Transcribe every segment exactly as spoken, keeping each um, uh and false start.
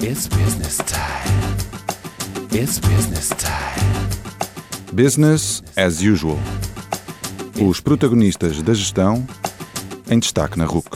It's business time. It's business time. Business as usual. Os protagonistas da gestão em destaque na R U C.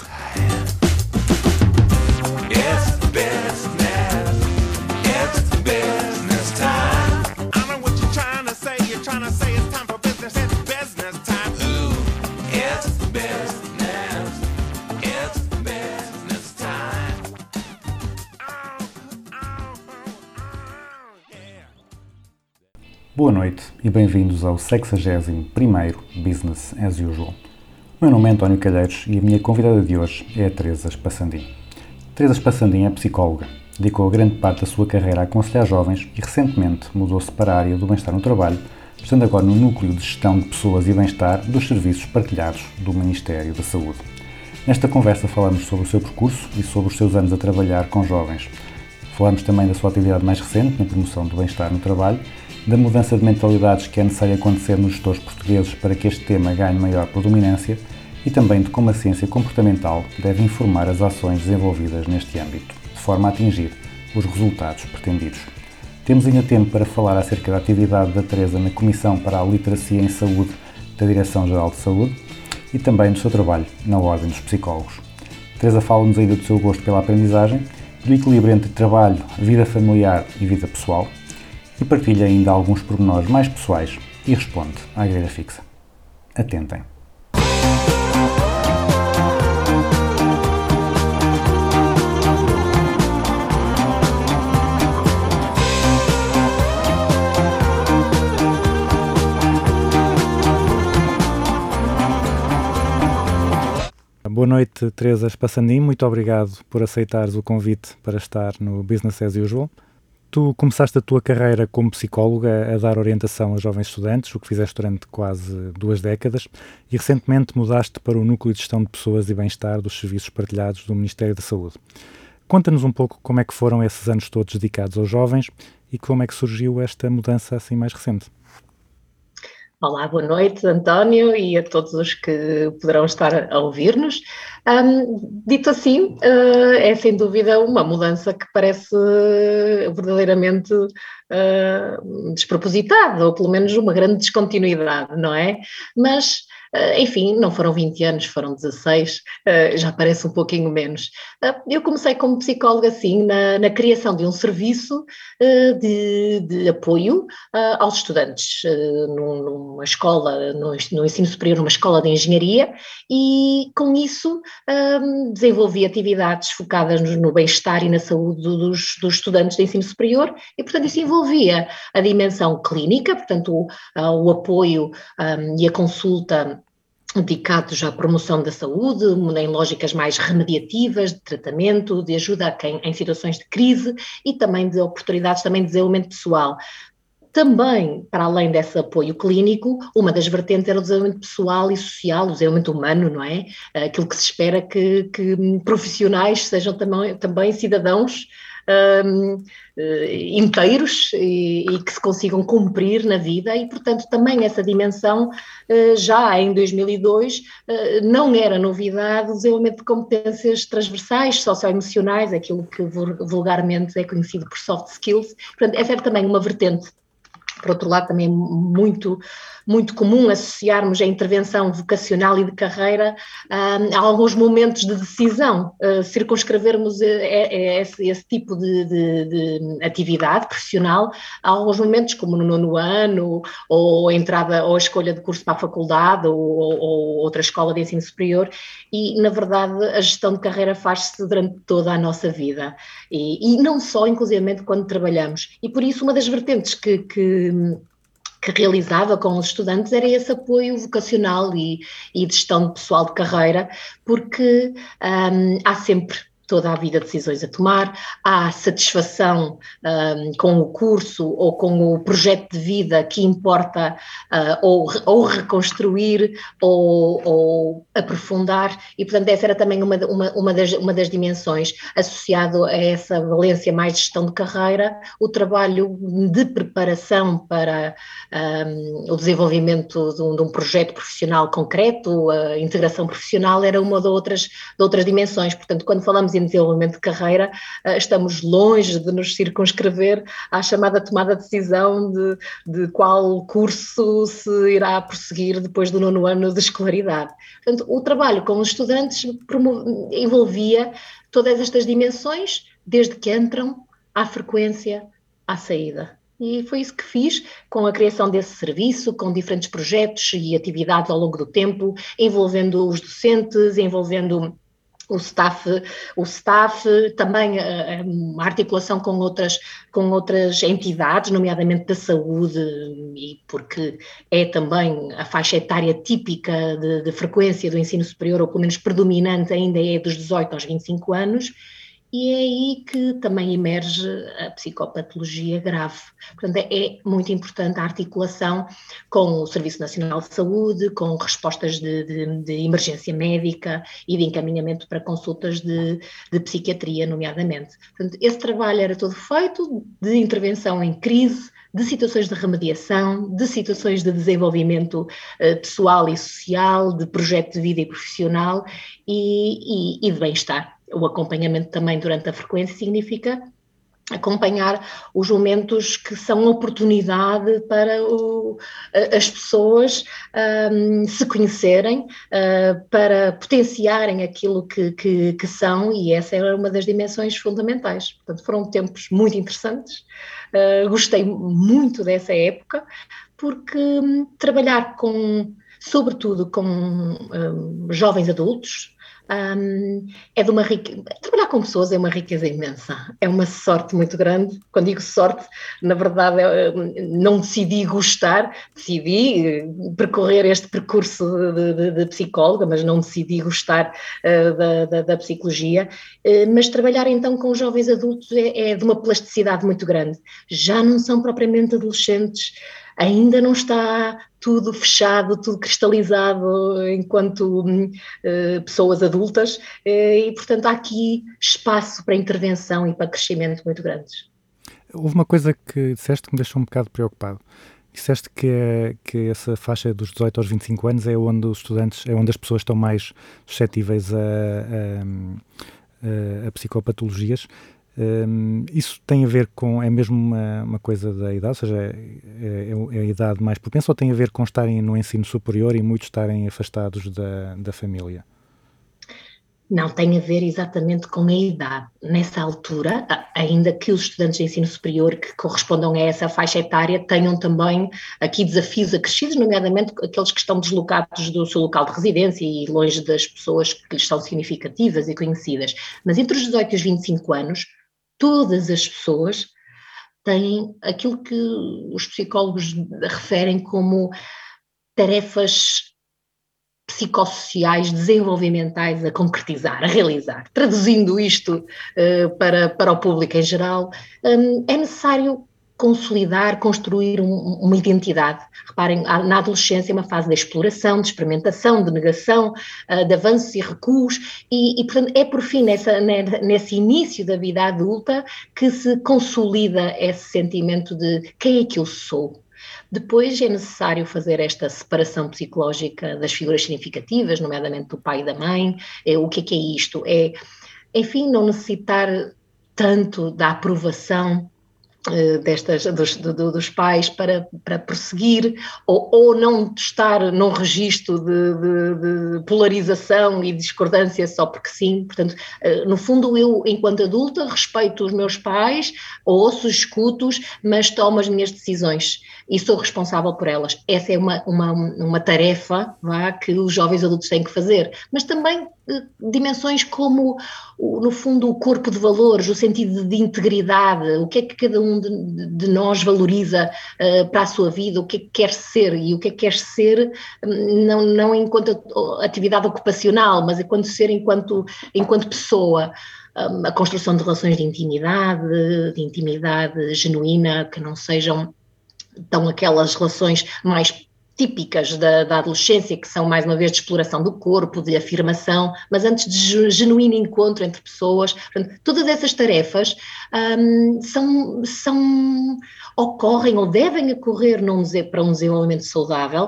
It's business. It's business time. I know what you're trying to say. You're trying to say it's time for business. It's business time. Ooh, it's business. It's business time. Oh, oh, oh, oh, yeah. Boa noite e bem-vindos ao sexagésimo primeiro Business as Usual. O meu nome é António Calheiros e a minha convidada de hoje é a Teresa Spassandim. Teresa Spassandim é psicóloga, dedicou grande parte da sua carreira a aconselhar jovens e recentemente mudou-se para a área do bem-estar no trabalho, estando agora no núcleo de gestão de pessoas e bem-estar dos serviços partilhados do Ministério da Saúde. Nesta conversa falamos sobre o seu percurso e sobre os seus anos a trabalhar com jovens. Falamos também da sua atividade mais recente na promoção do bem-estar no trabalho, da mudança de mentalidades que é necessária acontecer nos gestores portugueses para que este tema ganhe maior predominância e também de como a ciência comportamental deve informar as ações desenvolvidas neste âmbito, de forma a atingir os resultados pretendidos. Temos ainda tempo para falar acerca da atividade da Teresa na Comissão para a Literacia em Saúde da Direção-Geral de Saúde e também do seu trabalho na Ordem dos Psicólogos. Teresa fala-nos ainda do seu gosto pela aprendizagem, do equilíbrio entre trabalho, vida familiar e vida pessoal, e partilha ainda alguns pormenores mais pessoais e responde à grelha fixa. Atentem. Boa noite, Teresa Spassandim. Muito obrigado por aceitares o convite para estar no Business as Usual. Tu começaste a tua carreira como psicóloga a dar orientação a jovens estudantes, o que fizeste durante quase duas décadas, e recentemente mudaste para o Núcleo de Gestão de Pessoas e Bem-Estar dos Serviços Partilhados do Ministério da Saúde. Conta-nos um pouco como é que foram esses anos todos dedicados aos jovens e como é que surgiu esta mudança assim mais recente. Olá, boa noite, António, e a todos os que poderão estar a ouvir-nos. Um, dito assim, uh, é sem dúvida uma mudança que parece verdadeiramente uh, despropositada, ou pelo menos uma grande descontinuidade, não é? Mas, uh, enfim, não foram vinte anos, foram dezasseis, uh, já parece um pouquinho menos. Uh, eu comecei como psicóloga, assim, na, na criação de um serviço uh, de, de apoio uh, aos estudantes, uh, num, numa escola, no, no ensino superior, numa escola de engenharia, e com isso um, desenvolvi atividades focadas no, no bem-estar e na saúde dos, dos estudantes de ensino superior, e portanto isso envolvia a dimensão clínica, portanto o, uh, o apoio um, e a consulta dedicados à promoção da saúde, em lógicas mais remediativas, de tratamento, de ajuda a quem em situações de crise e também de oportunidades também de desenvolvimento pessoal. Também, para além desse apoio clínico, uma das vertentes era o desenvolvimento pessoal e social, o desenvolvimento humano, não é? Aquilo que se espera que, que profissionais sejam também, também cidadãos um, inteiros e, e que se consigam cumprir na vida e, portanto, também essa dimensão, já em dois mil e dois, não era novidade o desenvolvimento de competências transversais, socioemocionais, aquilo que vulgarmente é conhecido por soft skills. Portanto, essa era também uma vertente. Por outro lado, também é muito, muito comum associarmos a intervenção vocacional e de carreira um, a alguns momentos de decisão, uh, circunscrevermos esse, esse tipo de, de, de atividade profissional a alguns momentos, como no nono ano, ou a entrada ou a escolha de curso para a faculdade, ou, ou outra escola de ensino superior, e, na verdade, a gestão de carreira faz-se durante toda a nossa vida, e, e não só, inclusivamente, quando trabalhamos. E, por isso, uma das vertentes que... que que realizava com os estudantes era esse apoio vocacional e, e de gestão de pessoal de carreira, porque um, há sempre toda a vida decisões a tomar, há satisfação um, com o curso ou com o projeto de vida que importa uh, ou, ou reconstruir ou, ou aprofundar, e portanto essa era também uma, uma, uma, das, uma das dimensões, associado a essa valência mais de gestão de carreira, o trabalho de preparação para um, o desenvolvimento de um, de um projeto profissional concreto, a integração profissional era uma de outras, de outras dimensões. Portanto, quando falamos jovens em desenvolvimento de carreira, estamos longe de nos circunscrever à chamada tomada de decisão de, de qual curso se irá prosseguir depois do nono ano de escolaridade. Portanto, o trabalho com os estudantes envolvia todas estas dimensões, desde que entram, à frequência, à saída. E foi isso que fiz com a criação desse serviço, com diferentes projetos e atividades ao longo do tempo, envolvendo os docentes, envolvendo o staff, o staff também a, a articulação com outras, com outras entidades, nomeadamente da saúde, e porque é também a faixa etária típica de, de frequência do ensino superior, ou pelo menos predominante ainda é dos dezoito aos vinte e cinco anos, e é aí que também emerge a psicopatologia grave. Portanto, é muito importante a articulação com o Serviço Nacional de Saúde, com respostas de, de, de emergência médica e de encaminhamento para consultas de, de psiquiatria, nomeadamente. Portanto, esse trabalho era todo feito de intervenção em crise, de situações de remediação, de situações de desenvolvimento uh, pessoal e social, de projeto de vida e profissional e, e, e de bem-estar. O acompanhamento também durante a frequência significa acompanhar os momentos que são oportunidade para o, as pessoas um, se conhecerem, uh, para potenciarem aquilo que, que, que são, e essa era uma das dimensões fundamentais. Portanto, foram tempos muito interessantes, uh, gostei muito dessa época, porque um, trabalhar com, sobretudo com um, jovens adultos, Um, é de uma riqueza, trabalhar com pessoas é uma riqueza imensa, é uma sorte muito grande. Quando digo sorte, na verdade não decidi gostar, decidi percorrer este percurso de, de, de psicóloga, mas não decidi gostar uh, da, da, da psicologia, uh, mas trabalhar então com os jovens adultos é, é de uma plasticidade muito grande, já não são propriamente adolescentes, ainda não está tudo fechado, tudo cristalizado enquanto uh, pessoas adultas, uh, e portanto há aqui espaço para intervenção e para crescimento muito grandes. Houve uma coisa que disseste que me deixou um bocado preocupado. Disseste que, que essa faixa dos dezoito aos vinte e cinco anos é onde os estudantes, é onde as pessoas estão mais suscetíveis a, a, a, a psicopatologias. Um, isso tem a ver com, é mesmo uma, uma coisa da idade, ou seja, é, é, é a idade mais propensa, ou tem a ver com estarem no ensino superior e muitos estarem afastados da, da família? Não, tem a ver exatamente com a idade. Nessa altura, ainda que os estudantes de ensino superior que correspondam a essa faixa etária tenham também aqui desafios acrescidos, nomeadamente aqueles que estão deslocados do seu local de residência e longe das pessoas que lhes são significativas e conhecidas. Mas entre os dezoito e os vinte e cinco anos, todas as pessoas têm aquilo que os psicólogos referem como tarefas psicossociais, desenvolvimentais a concretizar, a realizar. Traduzindo isto uh, para, para o público em geral, um, é necessário consolidar, construir um, uma identidade. Reparem, na adolescência é uma fase de exploração, de experimentação, de negação, uh, de avanços e recuos, e, e portanto é por fim nessa, nesse início da vida adulta que se consolida esse sentimento de quem é que eu sou. Depois é necessário fazer esta separação psicológica das figuras significativas, nomeadamente do pai e da mãe. É, o que é que é isto? É, enfim, não necessitar tanto da aprovação destas, dos, do, dos pais para, para prosseguir, ou, ou não estar num registro de, de, de polarização e discordância só porque sim. Portanto, no fundo eu, enquanto adulta, respeito os meus pais, ouço, escuto-os, mas tomo as minhas decisões e sou responsável por elas. Essa é uma, uma, uma tarefa, vá, que os jovens adultos têm que fazer, mas também dimensões como, no fundo, o corpo de valores, o sentido de integridade, o que é que cada um de, de nós valoriza uh, para a sua vida, o que é que quer ser, e o que é que quer ser não, não enquanto atividade ocupacional, mas enquanto ser enquanto, enquanto pessoa. Um, a construção de relações de intimidade, de intimidade genuína, que não sejam tão aquelas relações mais típicas da, da adolescência, que são mais uma vez de exploração do corpo, de afirmação, mas antes de genuíno encontro entre pessoas. Portanto, todas essas tarefas um, são, são, ocorrem ou devem ocorrer num, para um desenvolvimento saudável,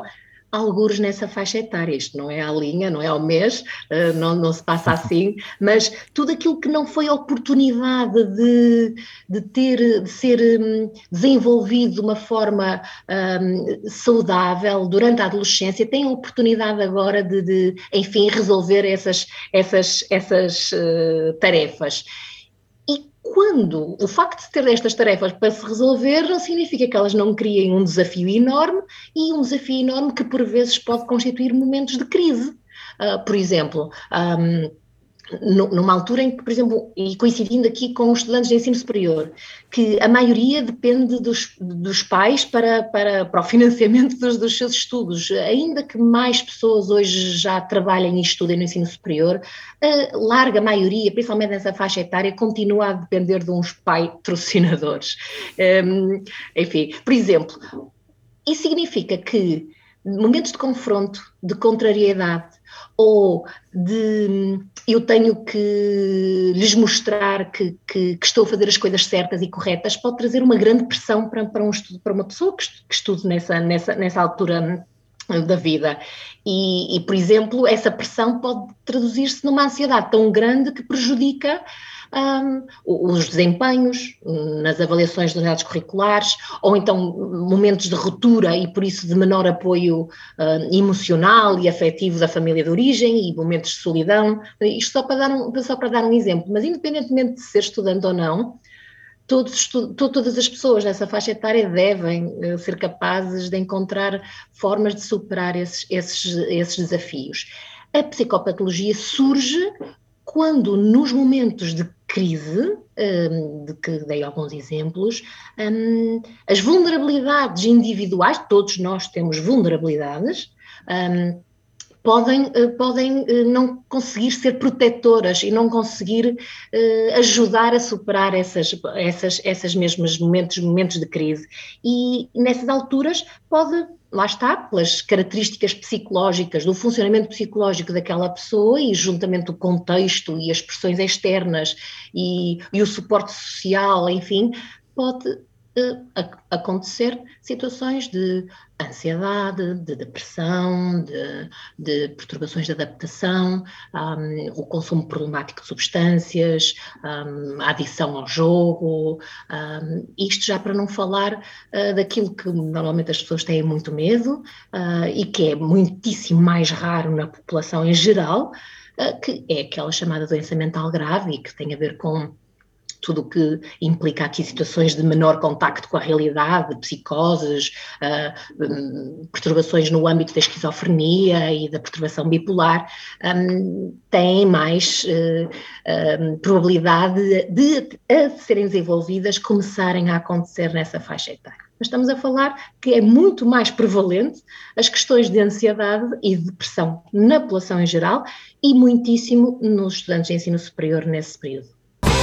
algures nessa faixa etária. Isto não é à linha, não é ao mês, não, não se passa assim, mas tudo aquilo que não foi oportunidade de, de ter, de ser um, desenvolvido de uma forma um, saudável durante a adolescência, tem a oportunidade agora de, de enfim, resolver essas, essas, essas uh, tarefas. Quando o facto de ter estas tarefas para se resolver não significa que elas não criem um desafio enorme e um desafio enorme que por vezes pode constituir momentos de crise. Uh, por exemplo, um, numa altura em que, por exemplo, e coincidindo aqui com os estudantes de ensino superior, que a maioria depende dos, dos pais para, para, para o financiamento dos, dos seus estudos, ainda que mais pessoas hoje já trabalhem e estudem no ensino superior, a larga maioria, principalmente nessa faixa etária, continua a depender de uns patrocinadores. Um, enfim, por exemplo, isso significa que momentos de confronto, de contrariedade, ou de eu tenho que lhes mostrar que, que, que estou a fazer as coisas certas e corretas, pode trazer uma grande pressão para, para, um estudo, para uma pessoa que estude nessa, nessa, nessa altura da vida. E, e, por exemplo, essa pressão pode traduzir-se numa ansiedade tão grande que prejudica Um, os desempenhos nas avaliações de unidades curriculares, ou então momentos de ruptura e por isso de menor apoio uh, emocional e afetivo da família de origem e momentos de solidão. Isto só para dar um, só para dar um exemplo, mas independentemente de ser estudante ou não, todos, todas as pessoas nessa faixa etária devem uh, ser capazes de encontrar formas de superar esses, esses, esses desafios. A psicopatologia surge quando nos momentos de crise, um, de que dei alguns exemplos, um, as vulnerabilidades individuais, todos nós temos vulnerabilidades, um, podem, uh, podem uh, não conseguir ser protetoras e não conseguir uh, ajudar a superar essas, essas, essas mesmos momentos, momentos de crise. E nessas alturas pode... Lá está, pelas características psicológicas, do funcionamento psicológico daquela pessoa e juntamente o contexto e as pressões externas e, e o suporte social, enfim, pode uh, acontecer situações de ansiedade, de depressão, de, de perturbações de adaptação, um, o consumo problemático de substâncias, um, a adição ao jogo, um, isto já para não falar uh, daquilo que normalmente as pessoas têm muito medo uh, e que é muitíssimo mais raro na população em geral, uh, que é aquela chamada doença mental grave e que tem a ver com tudo o que implica aqui situações de menor contacto com a realidade, psicoses, uh, um, perturbações no âmbito da esquizofrenia e da perturbação bipolar, um, têm mais uh, um, probabilidade de, de, a serem desenvolvidas, começarem a acontecer nessa faixa etária. Mas estamos a falar que é muito mais prevalente as questões de ansiedade e depressão na população em geral e muitíssimo nos estudantes de ensino superior nesse período.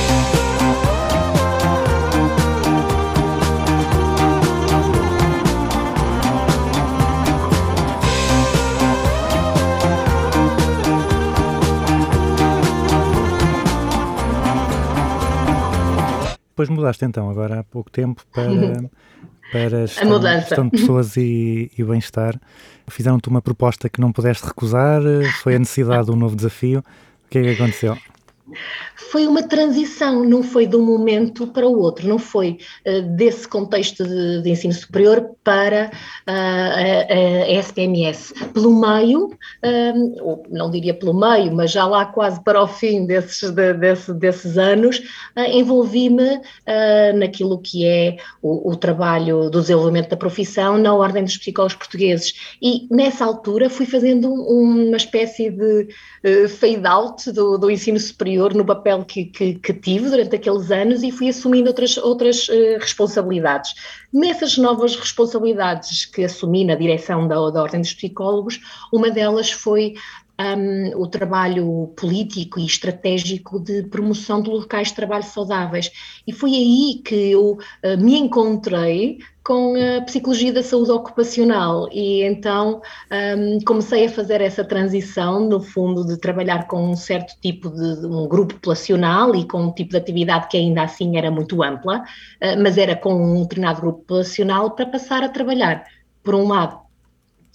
Depois mudaste então, agora há pouco tempo, para, para a gestão, a mudança. gestão de pessoas e, e bem-estar. Fizeram-te uma proposta que não pudeste recusar, foi a necessidade de um novo desafio. O que é que aconteceu? Foi uma transição, não foi de um momento para o outro, não foi uh, desse contexto de, de ensino superior para uh, a, a S P M S. Pelo meio, um, ou não diria pelo meio, mas já lá quase para o fim desses, de, desse, desses anos, uh, envolvi-me uh, naquilo que é o, o trabalho do desenvolvimento da profissão na Ordem dos Psicólogos Portugueses. E nessa altura fui fazendo um, uma espécie de uh, fade-out do, do ensino superior no papel que, que, que tive durante aqueles anos e fui assumindo outras, outras uh, responsabilidades. Nessas novas responsabilidades que assumi na direção da, da Ordem dos Psicólogos, uma delas foi um, o trabalho político e estratégico de promoção de locais de trabalho saudáveis. E foi aí que eu uh, me encontrei com a psicologia da saúde ocupacional e então um, comecei a fazer essa transição, no fundo, de trabalhar com um certo tipo de, de um grupo populacional e com um tipo de atividade que ainda assim era muito ampla, uh, mas era com um determinado grupo populacional para passar a trabalhar, por um lado,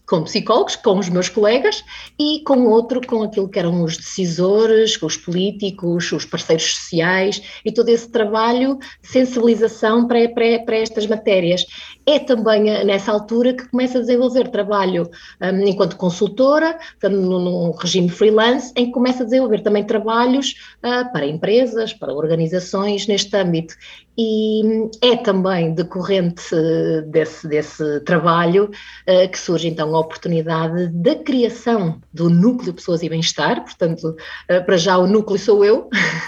com psicólogos, com os meus colegas, e com outro com aquilo que eram os decisores, os políticos, os parceiros sociais e todo esse trabalho de sensibilização para, para, para estas matérias. É também nessa altura que começo a desenvolver trabalho um, enquanto consultora, num regime freelance, em que começo a desenvolver também trabalhos uh, para empresas, para organizações neste âmbito. E é também decorrente desse, desse trabalho uh, que surge então a oportunidade da criação do Núcleo Pessoas e Bem-Estar, portanto, uh, para já o núcleo sou eu,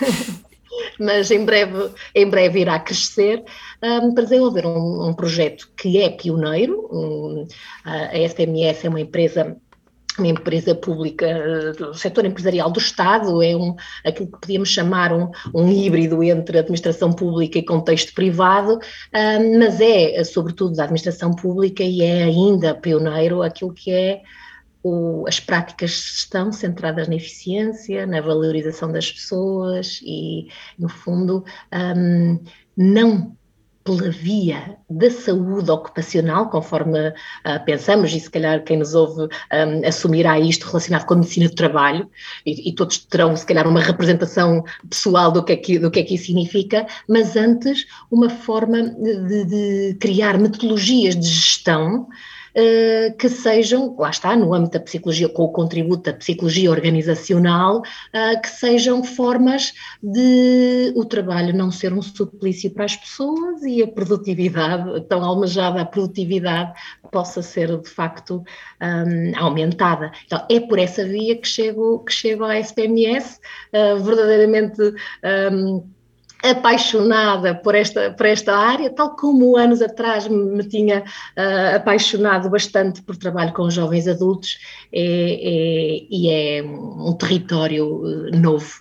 mas em breve, em breve irá crescer, um, para desenvolver um, um projeto que é pioneiro. Um, a S P M S é uma empresa uma empresa pública do setor empresarial do Estado, é um, aquilo que podíamos chamar um, um híbrido entre administração pública e contexto privado, um, mas é, sobretudo, da administração pública e é ainda pioneiro aquilo que é o, as práticas de gestão centradas na eficiência, na valorização das pessoas e, no fundo, um, não pela via da saúde ocupacional, conforme uh, pensamos, e se calhar quem nos ouve um, assumirá isto relacionado com a medicina do trabalho, e, e todos terão se calhar uma representação pessoal do que é que, do que, é que isso significa, mas antes uma forma de, de criar metodologias de gestão Uh, que sejam, lá está, no âmbito da psicologia, com o contributo da psicologia organizacional, uh, que sejam formas de o trabalho não ser um suplício para as pessoas e a produtividade, tão almejada a produtividade, possa ser de facto um, aumentada. Então é por essa via que chego, que chego à S P M S, uh, verdadeiramente um, apaixonada por esta, por esta área, tal como anos atrás me tinha uh, apaixonado bastante por trabalho com jovens adultos, é, é, e é um território uh, novo.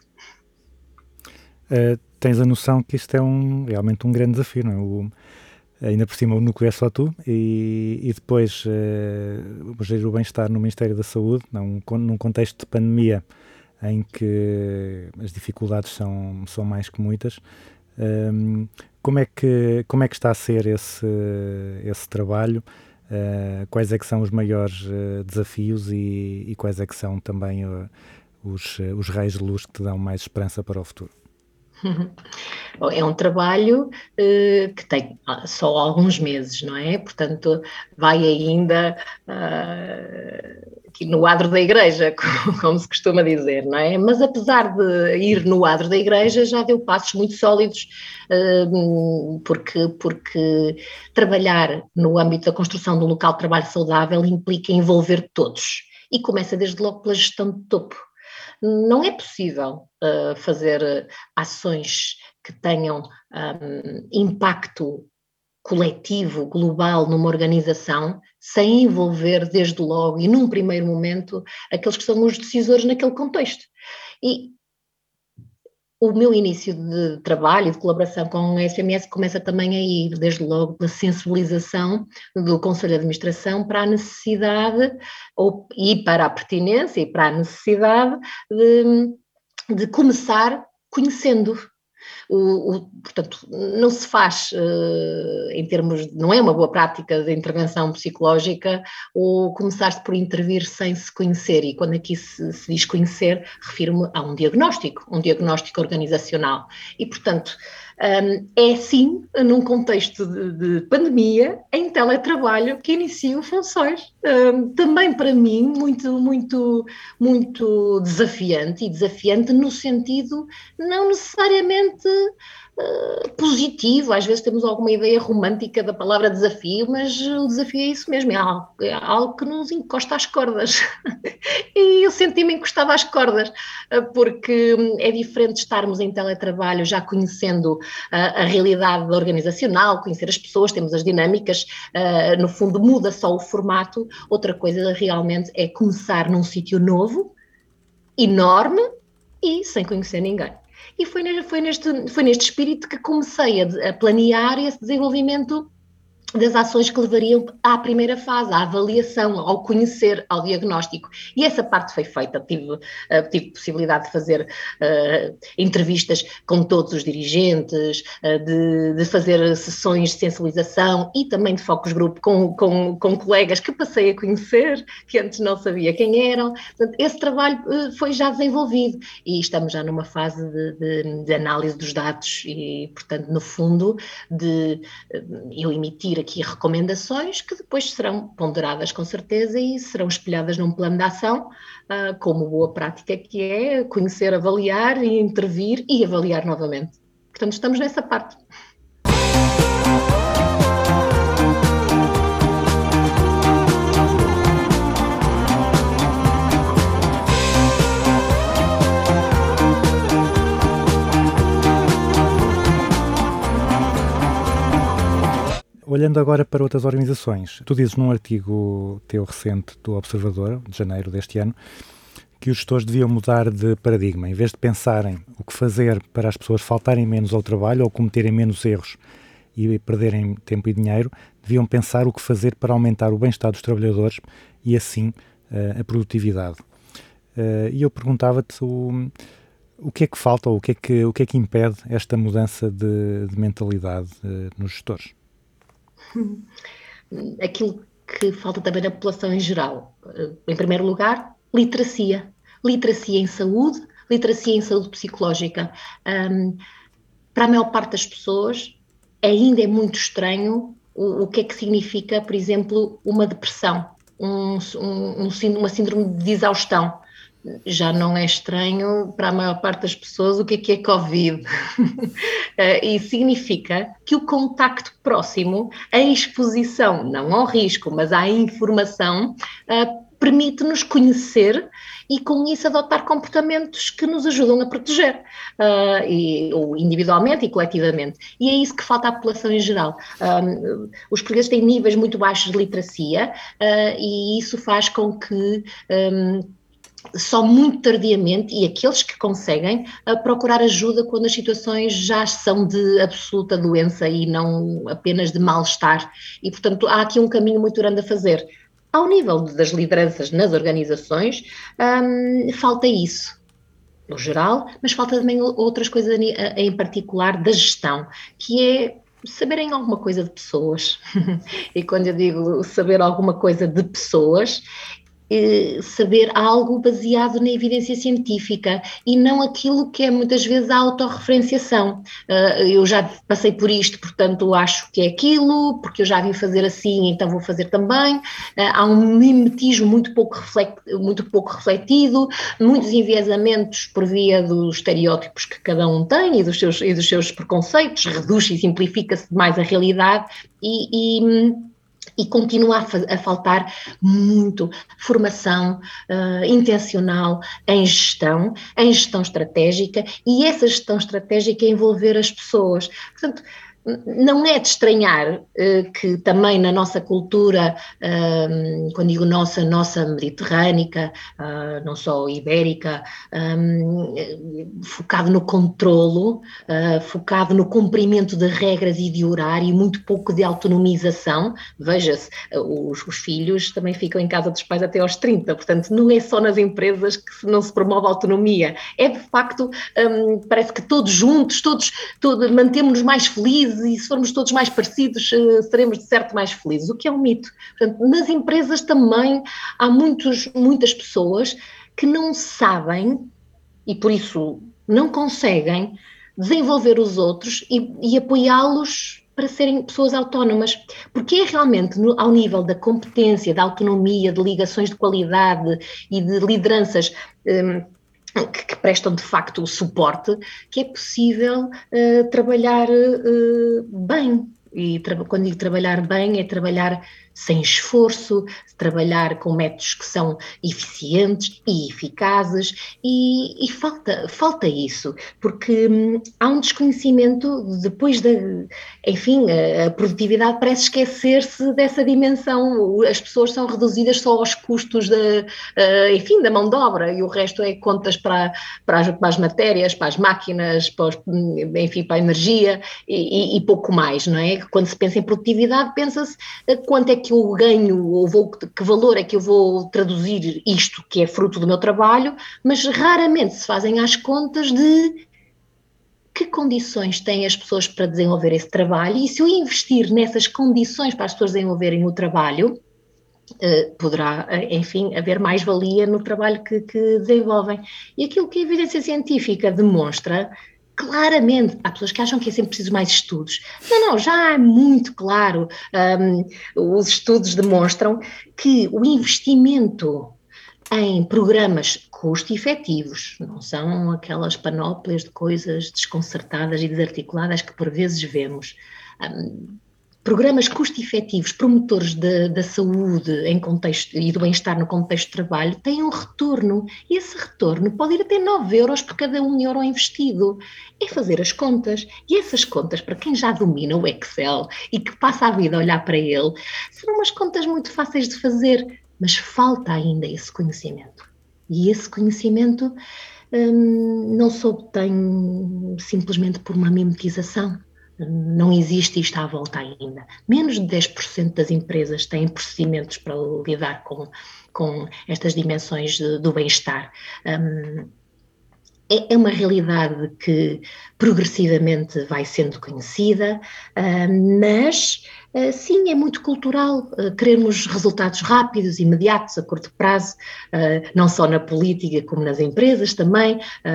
Uh, tens a noção que isto é um, realmente um grande desafio, não é? O, ainda por cima o núcleo é só tu, e, e depois uh, o gerir o bem-estar no Ministério da Saúde, não, num contexto de pandemia, em que as dificuldades são, são mais que muitas. Um, como, é que, como é que está a ser esse, esse trabalho? Uh, quais é que são os maiores uh, desafios e, e quais é que são também uh, os, uh, os raios de luz que te dão mais esperança para o futuro? É um trabalho uh, que tem só alguns meses, não é? Portanto, vai ainda uh, aqui no adro da igreja, como, como se costuma dizer, não é? Mas apesar de ir no adro da igreja, já deu passos muito sólidos, uh, porque, porque trabalhar no âmbito da construção de um local de trabalho saudável implica envolver todos, e começa desde logo pela gestão de topo. Não é possível uh, fazer ações que tenham um, impacto coletivo, global, numa organização, sem envolver desde logo e num primeiro momento aqueles que são os decisores naquele contexto. E o meu início de trabalho e de colaboração com a S P M S começa também a ir, desde logo, pela sensibilização do Conselho de Administração para a necessidade, ou, e para a pertinência, e para a necessidade de, de começar conhecendo. O, o, portanto, não se faz, uh, em termos, de, não é uma boa prática de intervenção psicológica ou começar-se por intervir sem se conhecer, e quando aqui se, se diz conhecer, refiro-me a um diagnóstico, um diagnóstico organizacional, e portanto um, é sim, num contexto de, de pandemia, em teletrabalho, que inicio funções, um, também para mim muito, muito, muito desafiante, e desafiante no sentido não necessariamente uh, positivo. Às vezes temos alguma ideia romântica da palavra desafio, mas o desafio é isso mesmo, é algo, é algo que nos encosta às cordas. E eu senti-me encostada às cordas, porque é diferente estarmos em teletrabalho já conhecendo a, a realidade organizacional, conhecer as pessoas, temos as dinâmicas, uh, no fundo muda só o formato. Outra coisa realmente é começar num sítio novo, enorme e sem conhecer ninguém. E foi, foi, neste, foi neste espírito que comecei a, a planear esse desenvolvimento das ações que levariam à primeira fase, à avaliação, ao conhecer, ao diagnóstico. E essa parte foi feita. Tive, uh, tive possibilidade de fazer uh, entrevistas com todos os dirigentes, uh, de, de fazer sessões de sensibilização e também de focus group com, com, com colegas que passei a conhecer, que antes não sabia quem eram. Portanto, esse trabalho uh, foi já desenvolvido e estamos já numa fase de, de, de análise dos dados e, portanto, no fundo, de uh, eu emitir aqui recomendações que depois serão ponderadas com certeza e serão espelhadas num plano de ação, uh, como boa prática que é conhecer, avaliar e intervir e avaliar novamente. Portanto, estamos nessa parte. Olhando agora para outras organizações, tu dizes num artigo teu recente do Observador, de janeiro deste ano, que os gestores deviam mudar de paradigma. Em vez de pensarem o que fazer para as pessoas faltarem menos ao trabalho ou cometerem menos erros e perderem tempo e dinheiro, deviam pensar o que fazer para aumentar o bem-estar dos trabalhadores e, assim, a produtividade. E eu perguntava-te o, o que é que falta ou o que é que, o que é que impede esta mudança de, de mentalidade nos gestores? Aquilo que falta também na população em geral. Em primeiro lugar, literacia. Literacia em saúde, literacia em saúde psicológica. Um, para a maior parte das pessoas, ainda é muito estranho o, o que é que significa, por exemplo, uma depressão, um, um, um, uma síndrome de exaustão. Já não é estranho para a maior parte das pessoas o que é que é Covid. E significa que o contacto próximo, a exposição, não ao risco, mas à informação, permite-nos conhecer e com isso adotar comportamentos que nos ajudam a proteger, uh, e, ou individualmente e coletivamente. E é isso que falta à população em geral. Um, os portugueses têm níveis muito baixos de literacia uh, e isso faz com que um, só muito tardiamente, e aqueles que conseguem, uh, procurar ajuda quando as situações já são de absoluta doença e não apenas de mal-estar. E, portanto, há aqui um caminho muito grande a fazer. Ao nível das lideranças nas organizações, um, falta isso, no geral, mas falta também outras coisas em particular da gestão, que é saberem alguma coisa de pessoas. E quando eu digo saber alguma coisa de pessoas, saber algo baseado na evidência científica e não aquilo que é muitas vezes a autorreferenciação. Eu já passei por isto, portanto acho que é aquilo, porque eu já vi fazer assim, então vou fazer também. Há um mimetismo muito pouco, reflect, muito pouco refletido, muitos enviesamentos por via dos estereótipos que cada um tem e dos seus, e dos seus preconceitos, reduz e simplifica-se demais a realidade e... e E continua a, a faltar muito formação uh, intencional em gestão, em gestão estratégica, e essa gestão estratégica envolver as pessoas. Portanto, não é de estranhar uh, que também na nossa cultura, uh, quando digo nossa, nossa mediterrânica, uh, não só ibérica, um, focado no controlo, uh, focado no cumprimento de regras e de horário, muito pouco de autonomização. Veja-se, uh, os, os filhos também ficam em casa dos pais até aos trinta, portanto não é só nas empresas que se não se promove a autonomia, é de facto, um, parece que todos juntos, todos, todos mantemos-nos mais felizes, e se formos todos mais parecidos, seremos de certo mais felizes, o que é um mito. Portanto, nas empresas também há muitos, muitas pessoas que não sabem, e por isso não conseguem, desenvolver os outros e, e apoiá-los para serem pessoas autónomas, porque é realmente no, ao nível da competência, da autonomia, de ligações de qualidade e de lideranças um, Que, que prestam de facto o suporte, que é possível uh, trabalhar uh, bem. E tra- quando digo trabalhar bem, é trabalhar sem esforço, trabalhar com métodos que são eficientes e eficazes, e, e falta, falta isso, porque hum, há um desconhecimento depois da, enfim, a, a produtividade parece esquecer-se dessa dimensão, as pessoas são reduzidas só aos custos da, uh, enfim, da mão de obra, e o resto é contas para, para, as, para as matérias, para as máquinas, para os, enfim, para a energia e, e, e pouco mais, não é? Quando se pensa em produtividade, pensa-se quanto é que eu ganho, ou vou, que valor é que eu vou traduzir isto que é fruto do meu trabalho, mas raramente se fazem as contas de que condições têm as pessoas para desenvolver esse trabalho, e se eu investir nessas condições para as pessoas desenvolverem o trabalho, Uh, poderá, uh, enfim, haver mais-valia no trabalho que, que desenvolvem. E aquilo que a evidência científica demonstra, claramente, há pessoas que acham que é sempre preciso mais estudos. Não, não, já é muito claro, um, os estudos demonstram que o investimento em programas custo-efetivos, não são aquelas panóplias de coisas desconcertadas e desarticuladas que por vezes vemos. Um, Programas custo-efetivos, promotores de, da saúde em contexto, e do bem-estar no contexto de trabalho, têm um retorno, e esse retorno pode ir até nove euros por cada um euro investido. É fazer as contas, e essas contas, para quem já domina o Excel e que passa a vida a olhar para ele, são umas contas muito fáceis de fazer, mas falta ainda esse conhecimento. E esse conhecimento hum, não se obtém simplesmente por uma mimetização. Não existe isto à volta ainda. Menos de dez por cento das empresas têm procedimentos para lidar com, com estas dimensões de, do bem-estar. Um, é, é uma realidade que progressivamente vai sendo conhecida, uh, mas uh, sim, é muito cultural uh, queremos resultados rápidos, imediatos, a curto prazo, uh, não só na política como nas empresas também.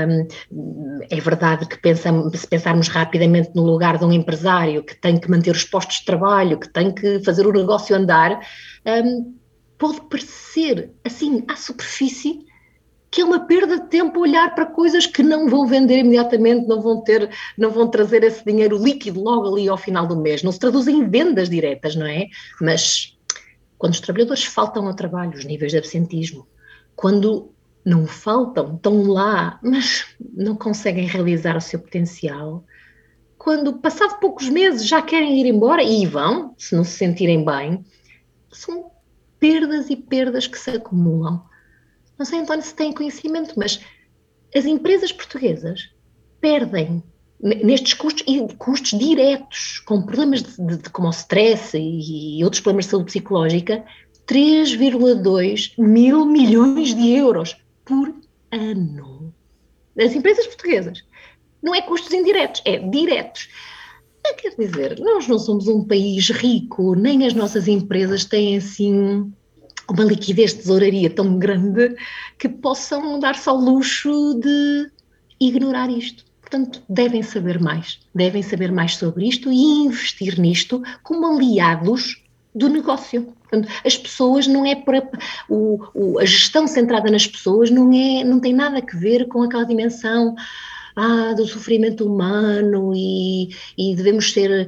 Um, é verdade que pensamos, se pensarmos rapidamente no lugar de um empresário que tem que manter os postos de trabalho, que tem que fazer o negócio andar, um, pode parecer assim à superfície que é uma perda de tempo olhar para coisas que não vão vender imediatamente, não vão ter, não vão trazer esse dinheiro líquido logo ali ao final do mês, não se traduzem em vendas diretas, não é? Mas quando os trabalhadores faltam ao trabalho, os níveis de absentismo, quando não faltam, estão lá, mas não conseguem realizar o seu potencial, quando passado poucos meses já querem ir embora, e vão, se não se sentirem bem, são perdas e perdas que se acumulam. Não sei, António, se têm conhecimento, mas as empresas portuguesas perdem nestes custos, e custos diretos, com problemas de, de, de, como o stress e, e outros problemas de saúde psicológica, três vírgula dois mil milhões de euros por ano. As empresas portuguesas. Não é custos indiretos, é diretos. Quer dizer, nós não somos um país rico, nem as nossas empresas têm assim uma liquidez de tesouraria tão grande que possam dar-se ao luxo de ignorar isto. Portanto, devem saber mais, devem saber mais sobre isto e investir nisto como aliados do negócio. Portanto, as pessoas não é para o, o, a gestão centrada nas pessoas não, é, não tem nada a ver com aquela dimensão ah, do sofrimento humano e, e devemos ser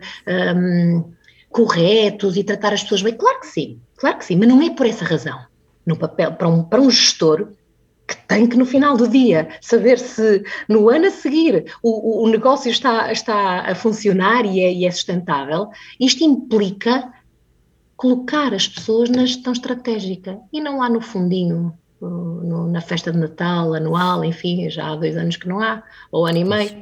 um, corretos e tratar as pessoas bem. Claro que sim, claro que sim, mas não é por essa razão. No papel, para um, para um gestor que tem que no final do dia saber se no ano a seguir o, o negócio está, está a funcionar e é, e é sustentável, isto implica colocar as pessoas na gestão estratégica e não lá no fundinho, no, na festa de Natal, anual, enfim, já há dois anos que não há, ou ano e meio,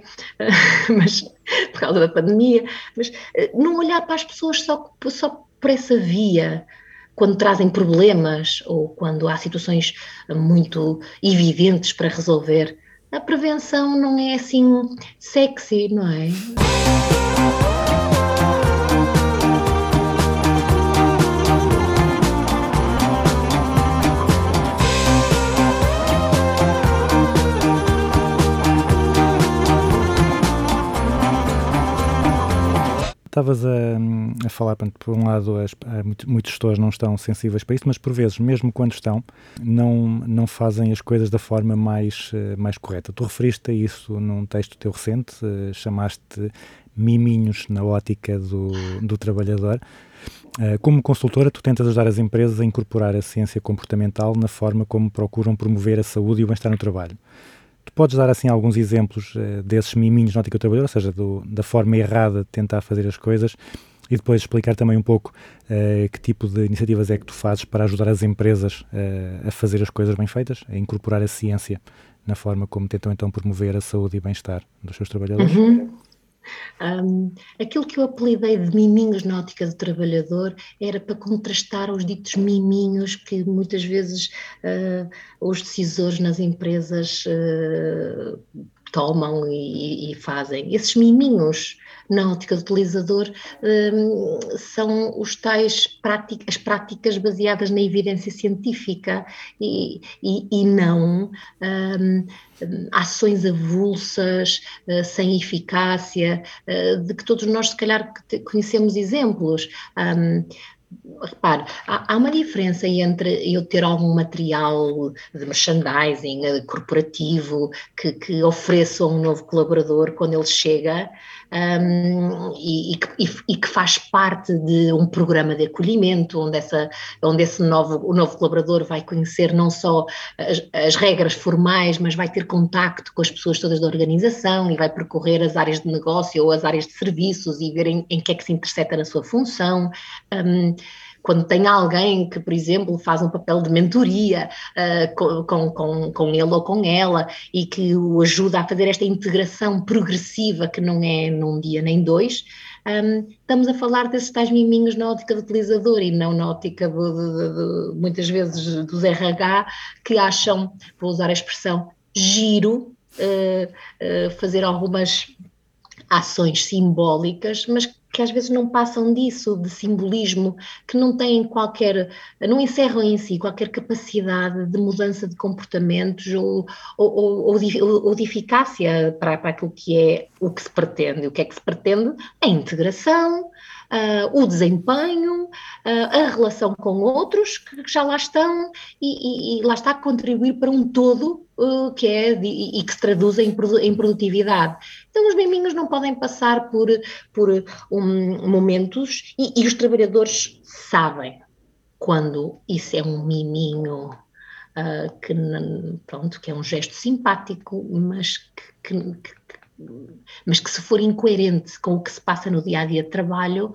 mas por causa da pandemia, mas não olhar para as pessoas só, só por essa via, quando trazem problemas ou quando há situações muito evidentes para resolver. A prevenção não é assim sexy, não é? estavas a, a falar, portanto, por um lado, as, muitos gestores não estão sensíveis para isso, mas por vezes, mesmo quando estão, não, não fazem as coisas da forma mais, mais correta. Tu referiste a isso num texto teu recente, chamaste miminhos na ótica do, do trabalhador. Como consultora, tu tentas ajudar as empresas a incorporar a ciência comportamental na forma como procuram promover a saúde e o bem-estar no trabalho. Tu podes dar assim alguns exemplos uh, desses miminhos na ótica do trabalhador, ou seja, do, da forma errada de tentar fazer as coisas, e depois explicar também um pouco uh, que tipo de iniciativas é que tu fazes para ajudar as empresas uh, a fazer as coisas bem feitas, a incorporar a ciência na forma como tentam então promover a saúde e bem-estar dos seus trabalhadores? Uhum. Um, aquilo que eu apelidei de miminhos na ótica do trabalhador era para contrastar os ditos miminhos que muitas vezes uh, os decisores nas empresas uh, tomam e, e fazem. Esses miminhos na ótica do utilizador um, são os tais práticas, as práticas baseadas na evidência científica e, e, e não um, ações avulsas, uh, sem eficácia, uh, de que todos nós se calhar conhecemos exemplos. Um, Repare, há, há uma diferença entre eu ter algum material de merchandising corporativo que, que ofereço a um novo colaborador quando ele chega um, e, e, e que faz parte de um programa de acolhimento onde, essa, onde esse novo, o novo colaborador vai conhecer não só as, as regras formais, mas vai ter contacto com as pessoas todas da organização e vai percorrer as áreas de negócio ou as áreas de serviços e ver em, em que é que se interseta na sua função. Um, Quando tem alguém que, por exemplo, faz um papel de mentoria uh, com, com, com ele ou com ela e que o ajuda a fazer esta integração progressiva que não é num dia nem dois, um, estamos a falar desses tais miminhos na ótica do utilizador e não na ótica, de, de, de, muitas vezes, dos R H, que acham, vou usar a expressão, giro, uh, uh, fazer algumas ações simbólicas, mas que às vezes não passam disso, de simbolismo, que não têm qualquer, não encerram em si qualquer capacidade de mudança de comportamentos ou, ou, ou, de, ou de eficácia para, para aquilo que é o que se pretende. O que é que se pretende? A integração, Uh, o desempenho, uh, a relação com outros que já lá estão e, e, e lá está a contribuir para um todo uh, que é de, e que se traduz em, em produtividade. Então os miminhos não podem passar por, por um, momentos e, e os trabalhadores sabem quando isso é um miminho uh, que, pronto, que é um gesto simpático, mas que, que, que mas que se for incoerente com o que se passa no dia-a-dia de trabalho,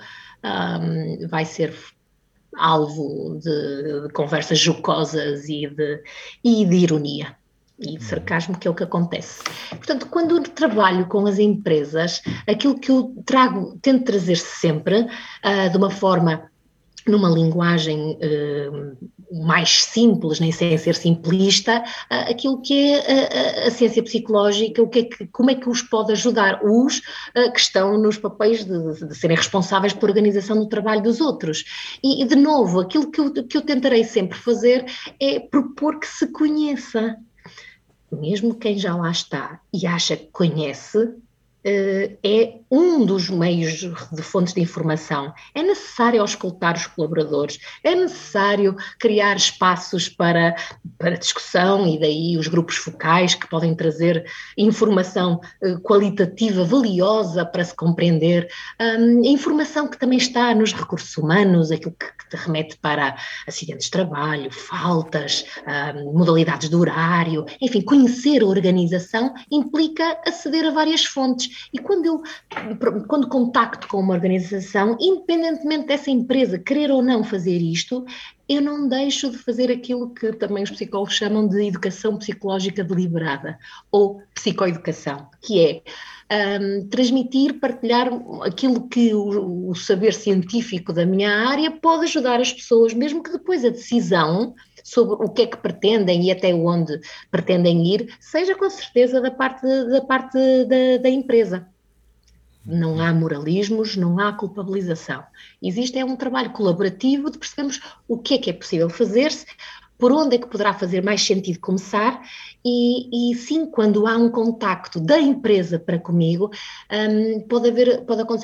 um, vai ser alvo de, de conversas jocosas e de, e de ironia e de sarcasmo, que é o que acontece. Portanto, quando eu trabalho com as empresas, aquilo que eu trago, tento trazer sempre uh, de uma forma, numa linguagem uh, mais simples, nem sem ser simplista, uh, aquilo que é a, a ciência psicológica, o que é que, como é que os pode ajudar, os uh, que estão nos papéis de, de, de serem responsáveis pela organização do trabalho dos outros. E, e de novo, aquilo que eu, que eu tentarei sempre fazer é propor que se conheça. Mesmo quem já lá está e acha que conhece, Uh, é um dos meios de fontes de informação. É necessário auscultar os colaboradores, é necessário criar espaços para, para discussão e daí os grupos focais que podem trazer informação uh, qualitativa valiosa para se compreender, um, informação que também está nos recursos humanos, aquilo que, que te remete para acidentes de trabalho, faltas, um, modalidades de horário, enfim, conhecer a organização implica aceder a várias fontes. E quando eu quando contacto com uma organização, independentemente dessa empresa querer ou não fazer isto, eu não deixo de fazer aquilo que também os psicólogos chamam de educação psicológica deliberada, ou psicoeducação, que é um, transmitir, partilhar aquilo que o, o saber científico da minha área pode ajudar as pessoas, mesmo que depois a decisão sobre o que é que pretendem e até onde pretendem ir, seja com certeza da parte, da, parte da, da empresa. Não há moralismos, não há culpabilização. Existe é um trabalho colaborativo de percebermos o que é que é possível fazer-se, por onde é que poderá fazer mais sentido começar e, e sim, quando há um contacto da empresa para comigo, um, pode haver, pode acontecer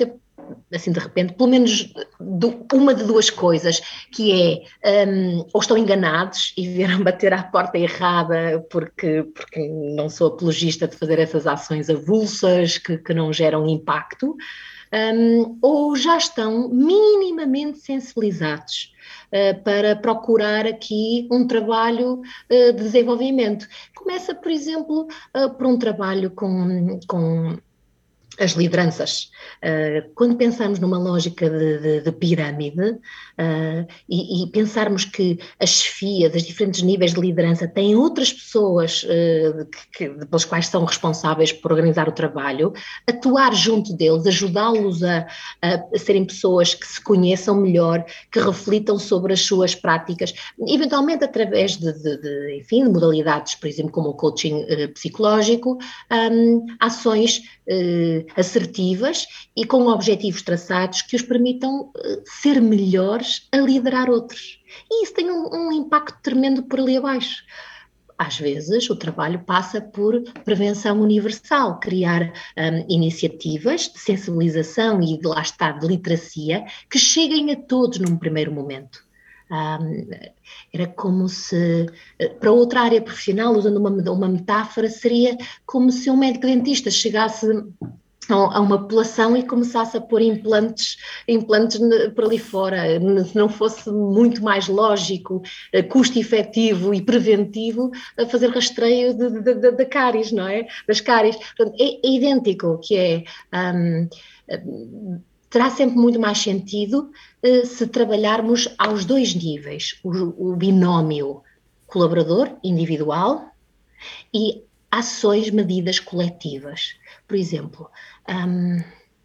assim de repente, pelo menos do, uma de duas coisas, que é, um, ou estão enganados e vieram bater à porta errada porque, porque não sou apologista de fazer essas ações avulsas que, que não geram impacto, um, ou já estão minimamente sensibilizados uh, para procurar aqui um trabalho uh, de desenvolvimento. Começa, por exemplo, uh, por um trabalho com... com as lideranças. Uh, quando pensamos numa lógica de, de, de pirâmide uh, e, e pensarmos que a chefia dos diferentes níveis de liderança têm outras pessoas uh, que, que, pelas quais são responsáveis por organizar o trabalho, atuar junto deles, ajudá-los a, a serem pessoas que se conheçam melhor, que reflitam sobre as suas práticas, eventualmente através de, de, de enfim, de modalidades, por exemplo, como o coaching uh, psicológico, um, ações uh, assertivas e com objetivos traçados que os permitam uh, ser melhores a liderar outros. E isso tem um, um impacto tremendo por ali abaixo. Às vezes o trabalho passa por prevenção universal, criar um, iniciativas de sensibilização e de lá está, de literacia, que cheguem a todos num primeiro momento. Um, era como se, para outra área profissional, usando uma, uma metáfora, seria como se um médico dentista chegasse a uma população e começasse a pôr implantes, implantes por ali fora, se não fosse muito mais lógico, custo-efetivo e preventivo a fazer rastreio de, de, de, de cáries, não é? Das cáries. Portanto, é, é idêntico, que é... Um, terá sempre muito mais sentido uh, se trabalharmos aos dois níveis, o, o binómio colaborador individual e ações, medidas coletivas. Por exemplo, um,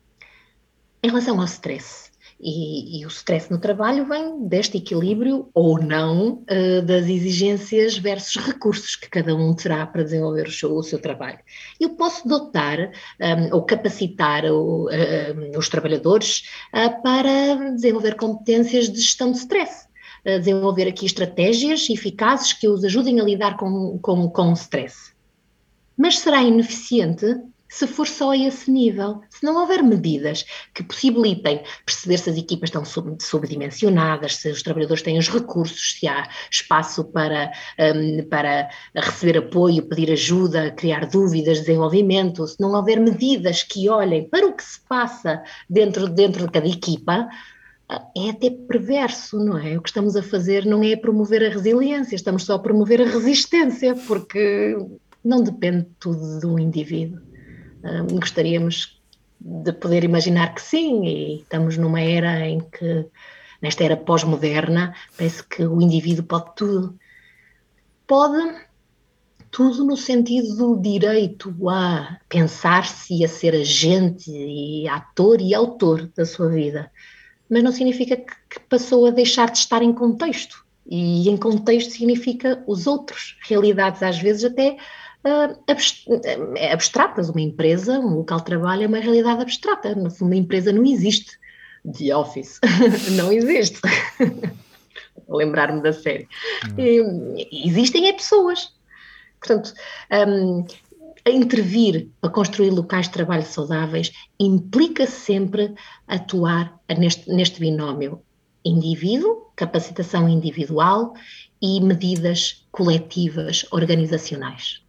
em relação ao stress, e, e o stress no trabalho vem deste equilíbrio ou não uh, das exigências versus recursos que cada um terá para desenvolver o seu, o seu trabalho. Eu posso dotar um, ou capacitar o, uh, os trabalhadores uh, para desenvolver competências de gestão de stress, uh, desenvolver aqui estratégias eficazes que os ajudem a lidar com, com, com o stress. Mas será ineficiente se for só a esse nível, se não houver medidas que possibilitem perceber se as equipas estão sub, subdimensionadas, se os trabalhadores têm os recursos, se há espaço para, um, para receber apoio, pedir ajuda, criar dúvidas, desenvolvimento, se não houver medidas que olhem para o que se passa dentro, dentro de cada equipa, é até perverso, não é? O que estamos a fazer não é promover a resiliência, estamos só a promover a resistência, porque não depende tudo do indivíduo. Um, gostaríamos de poder imaginar que sim, e estamos numa era em que, nesta era pós-moderna, parece que o indivíduo pode tudo. Pode tudo no sentido do direito a pensar-se e a ser agente e ator e autor da sua vida, mas não significa que, que passou a deixar de estar em contexto, e em contexto significa os outros, realidades às vezes até Uh, abstratas. Uma empresa, um local de trabalho é uma realidade abstrata. No fundo, uma empresa não existe. The Office não existe. Lembrar-me da série. E, existem é pessoas. Portanto, um, a intervir para construir locais de trabalho saudáveis implica sempre atuar neste, neste binómio indivíduo, capacitação individual e medidas coletivas organizacionais.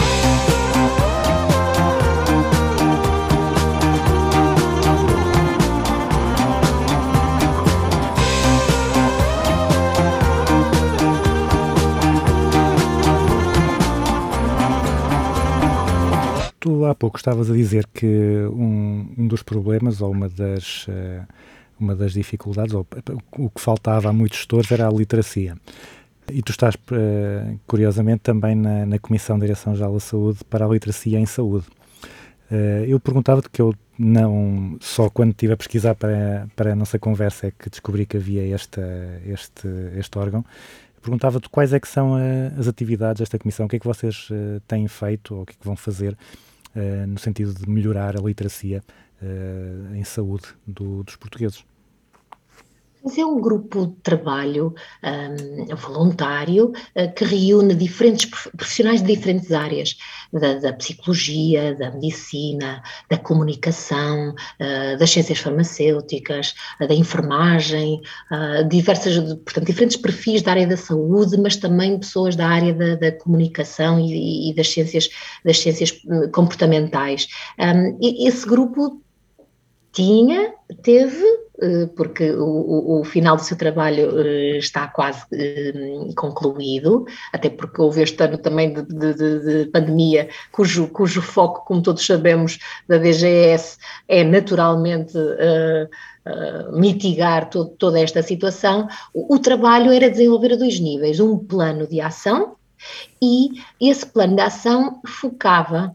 Tu há pouco estavas a dizer que um, um dos problemas ou uma das, uh, uma das dificuldades, ou o que faltava a muitos gestores era a literacia. E tu estás, uh, curiosamente, também na, na Comissão de Direção-Geral da Saúde para a Literacia em Saúde. Uh, eu perguntava-te que eu não, só quando estive a pesquisar para, para a nossa conversa é que descobri que havia esta, este, este órgão. Perguntava-te quais é que são uh, as atividades desta Comissão, o que é que vocês uh, têm feito ou o que é que vão fazer uh, no sentido de melhorar a literacia uh, em saúde do, dos portugueses. Mas é um grupo de trabalho um, voluntário uh, que reúne diferentes profissionais de diferentes áreas, da, da psicologia, da medicina, da comunicação, uh, das ciências farmacêuticas, uh, da enfermagem, uh, diversas, portanto, diferentes perfis da área da saúde, mas também pessoas da área da, da comunicação e, e das ciências, das ciências comportamentais. Um, e esse grupo tinha, teve, porque o, o, o final do seu trabalho está quase concluído, até porque houve este ano também de, de, de pandemia, cujo, cujo foco, como todos sabemos, da D G S é naturalmente uh, uh, mitigar todo, toda esta situação. O, o trabalho era desenvolver a dois níveis, um plano de ação, e esse plano de ação focava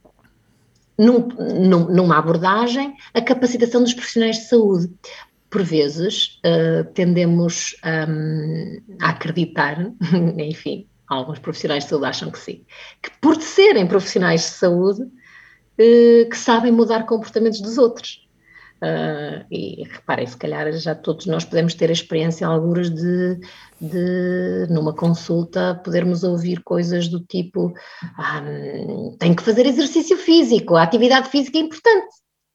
Num, num, numa abordagem, a capacitação dos profissionais de saúde. Por vezes, uh, tendemos um, a acreditar, enfim, alguns profissionais de saúde acham que sim, que por serem profissionais de saúde, uh, que sabem mudar comportamentos dos outros. Uh, e reparem, se calhar já todos nós podemos ter a experiência, algumas de, de, numa consulta, podermos ouvir coisas do tipo ah, tem que fazer exercício físico, a atividade física é importante.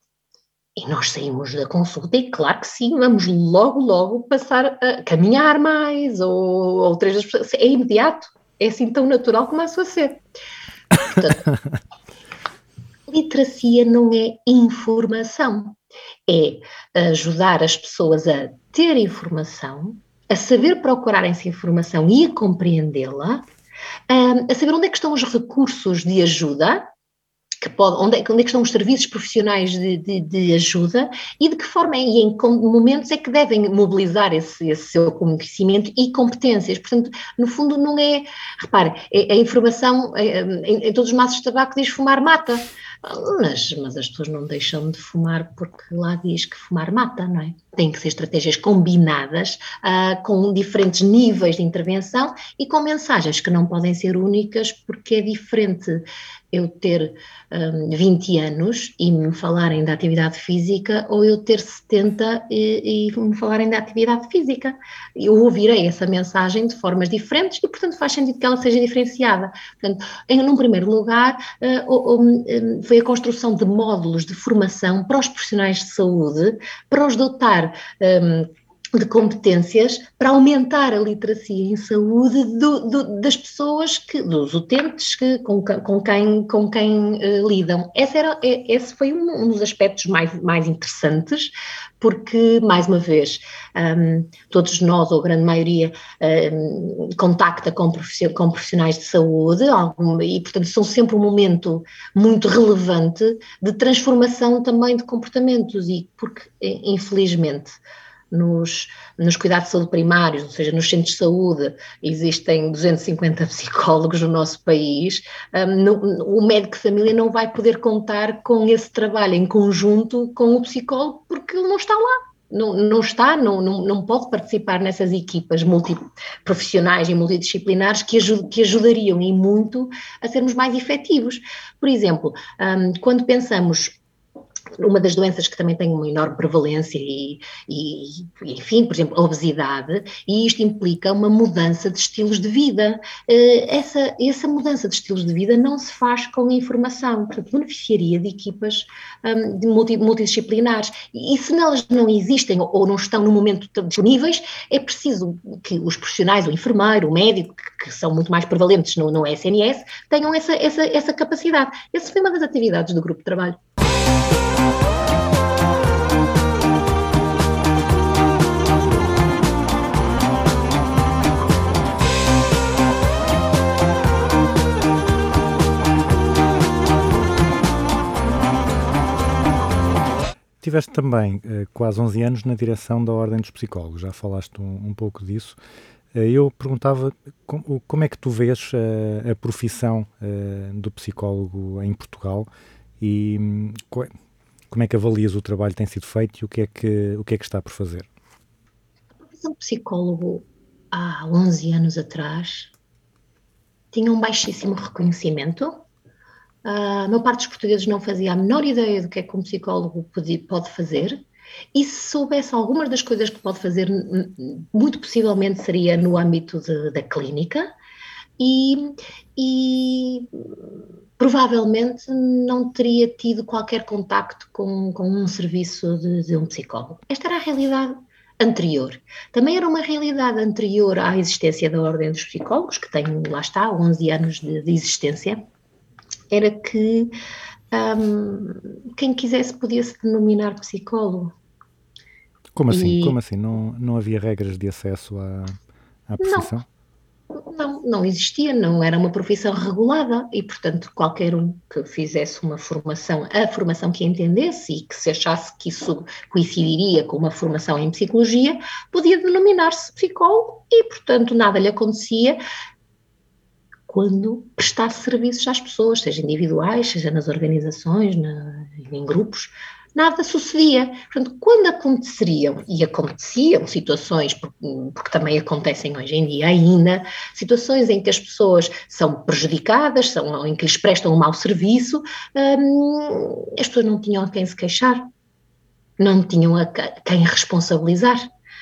E nós saímos da consulta e claro que sim, vamos logo, logo passar a caminhar mais, ou, ou três vezes, é imediato, é assim tão natural como a ser. Portanto, literacia não é informação. É ajudar as pessoas a ter informação, a saber procurar essa informação e a compreendê-la, a saber onde é que estão os recursos de ajuda, que pode, onde, é, onde é que estão os serviços profissionais de, de, de ajuda e de que forma e em que momentos é que devem mobilizar esse, esse seu conhecimento e competências. Portanto, no fundo não é, repare, é, a informação, é, em, em todos os maços de tabaco diz fumar mata, mas, mas as pessoas não deixam de fumar porque lá diz que fumar mata, não é? Tem que ser estratégias combinadas uh, com diferentes níveis de intervenção e com mensagens que não podem ser únicas porque é diferente eu ter um, vinte anos e me falarem da atividade física ou eu ter setenta e, e me falarem da atividade física. Eu ouvirei essa mensagem de formas diferentes e, portanto, faz sentido que ela seja diferenciada. Portanto, em, num primeiro lugar, uh, um, um, foi a construção de módulos de formação para os profissionais de saúde, para os dotar um, de competências para aumentar a literacia em saúde do, do, das pessoas, que, dos utentes que, com, com quem, com quem uh, lidam. Esse, era, esse foi um, um dos aspectos mais, mais interessantes, porque, mais uma vez, um, todos nós, ou a grande maioria, um, contacta com, com profissionais de saúde, algum, e, portanto, são sempre um momento muito relevante de transformação também de comportamentos, e porque, infelizmente, Nos, nos cuidados de saúde primários, ou seja, nos centros de saúde, existem duzentos e cinquenta psicólogos no nosso país, um, no, o médico de família não vai poder contar com esse trabalho em conjunto com o psicólogo porque ele não está lá. Não, não está, não, não, não pode participar nessas equipas multiprofissionais e multidisciplinares que, ajud, que ajudariam e muito a sermos mais efetivos. Por exemplo, um, quando pensamos uma das doenças que também tem uma enorme prevalência e, e, enfim, por exemplo, a obesidade, e isto implica uma mudança de estilos de vida. Essa, essa mudança de estilos de vida não se faz com a informação, portanto, beneficiaria de equipas um, de multi, multidisciplinares, e se elas não existem ou não estão no momento disponíveis, é preciso que os profissionais, o enfermeiro, o médico, que, que são muito mais prevalentes no, no S N S, tenham essa, essa, essa capacidade. Essa foi uma das atividades do grupo de trabalho. Estiveste também uh, quase onze anos na direção da Ordem dos Psicólogos, já falaste um, um pouco disso. Uh, eu perguntava com, como é que tu vês uh, a profissão uh, do psicólogo em Portugal e um, como é que avalias o trabalho que tem sido feito e o que é que, o que é que está por fazer? A profissão de psicólogo há onze anos atrás tinha um baixíssimo reconhecimento. Uh, a maior parte dos portugueses não fazia a menor ideia do que é que um psicólogo pode, pode fazer, E se soubesse algumas das coisas que pode fazer, muito possivelmente seria no âmbito de, da clínica e, e provavelmente não teria tido qualquer contacto com, com um serviço de, de um psicólogo. Esta era a realidade anterior. Também era uma realidade anterior à existência da Ordem dos Psicólogos, que tem, lá está, onze anos de, de existência, era que um, quem quisesse podia se denominar psicólogo. Como assim? E... Como assim? Não, não havia regras de acesso à, à profissão? Não, não, não existia, não era uma profissão regulada e, portanto, qualquer um que fizesse uma formação, a formação que entendesse e que se achasse que isso coincidiria com uma formação em psicologia, podia denominar-se psicólogo e, portanto, nada lhe acontecia quando prestasse serviços às pessoas, seja individuais, seja nas organizações, na, em grupos. Nada sucedia. Portanto, quando aconteceriam, e aconteciam situações, porque, porque também acontecem hoje em dia ainda, situações em que as pessoas são prejudicadas, são, em que lhes prestam um mau serviço, hum, as pessoas não tinham a quem se queixar, não tinham a quem responsabilizar.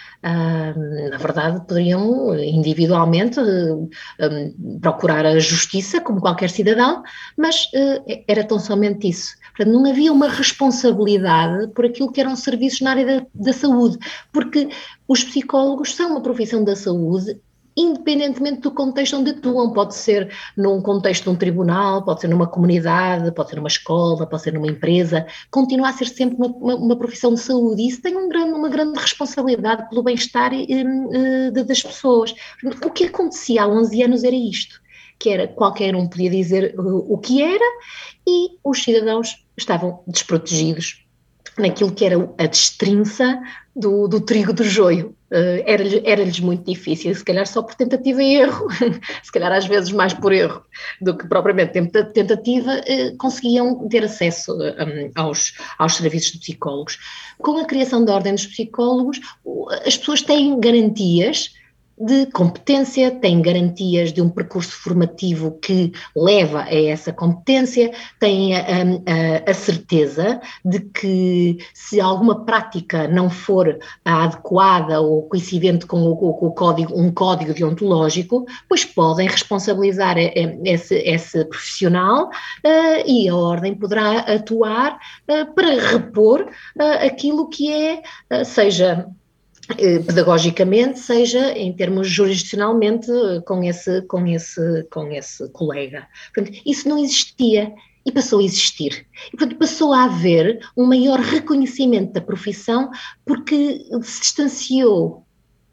Uh, na verdade, poderiam individualmente uh, um, procurar a justiça, como qualquer cidadão, mas uh, era tão somente isso. Portanto, não havia uma responsabilidade por aquilo que eram serviços na área da, da saúde, porque os psicólogos são uma profissão da saúde, independentemente do contexto onde atuam. Pode ser num contexto de um tribunal, pode ser numa comunidade, pode ser numa escola, pode ser numa empresa, continua a ser sempre uma, uma, uma profissão de saúde e isso tem um grande, uma grande responsabilidade pelo bem-estar um, de, das pessoas. O que acontecia há onze anos era isto, que era qualquer um podia dizer uh, o que era e os cidadãos estavam desprotegidos naquilo que era a destrinça do, do trigo do joio. Uh, era-lhes, era-lhes muito difícil, se calhar só por tentativa e erro, se calhar às vezes mais por erro do que propriamente tentativa, uh, conseguiam ter acesso um, aos, aos serviços de psicólogos. Com a criação da Ordem dos Psicólogos, as pessoas têm garantias de competência, têm garantias de um percurso formativo que leva a essa competência, têm a, a, a certeza de que se alguma prática não for adequada ou coincidente com o, com o código, um código deontológico, pois podem responsabilizar esse, esse profissional uh, e a Ordem poderá atuar uh, para repor uh, aquilo que é, uh, seja pedagogicamente, seja em termos jurisdicionalmente com esse, com esse, com esse colega. Portanto, isso não existia e passou a existir. E, portanto, passou a haver um maior reconhecimento da profissão porque se distanciou,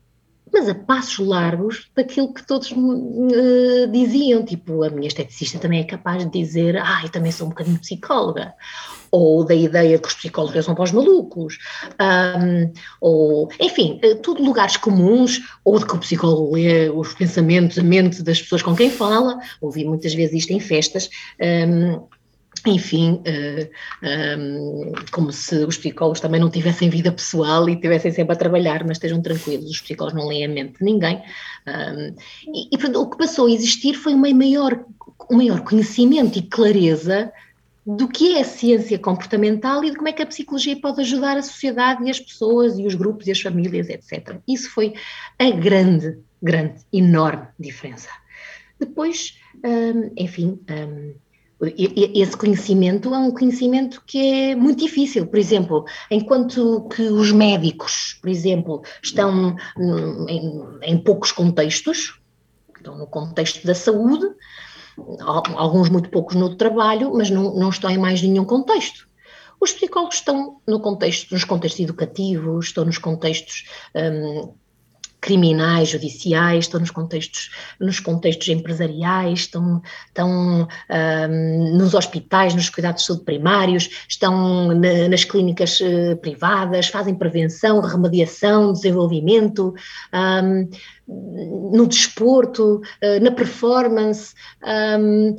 mas a passos largos, daquilo que todos uh, diziam, tipo, a minha esteticista também é capaz de dizer, ah, eu também sou um bocadinho psicóloga, ou da ideia que os psicólogos são para os malucos, um, ou, enfim, tudo lugares comuns, ou de que o psicólogo lê os pensamentos, a mente das pessoas com quem fala, ouvi muitas vezes isto em festas, um, enfim, uh, um, como se os psicólogos também não tivessem vida pessoal e estivessem sempre a trabalhar, mas estejam tranquilos, os psicólogos não leem a mente de ninguém. Um, e, e portanto, o que passou a existir foi uma maior, um maior conhecimento e clareza do que é a ciência comportamental e de como é que a psicologia pode ajudar a sociedade e as pessoas e os grupos e as famílias, etcétera. Isso foi a grande, grande, enorme diferença. Depois, um, enfim... Um, esse conhecimento é um conhecimento que é muito difícil. Por exemplo, enquanto que os médicos, por exemplo, estão em, em poucos contextos, estão no contexto da saúde, alguns muito poucos no trabalho, mas não, não estão em mais nenhum contexto. Os psicólogos estão no contexto, nos contextos educativos, estão nos contextos um, criminais, judiciais, estão nos contextos, nos contextos empresariais, estão, estão um, nos hospitais, nos cuidados de saúde primários, estão na, nas clínicas uh, privadas, fazem prevenção, remediação, desenvolvimento, um, no desporto, uh, na performance, um,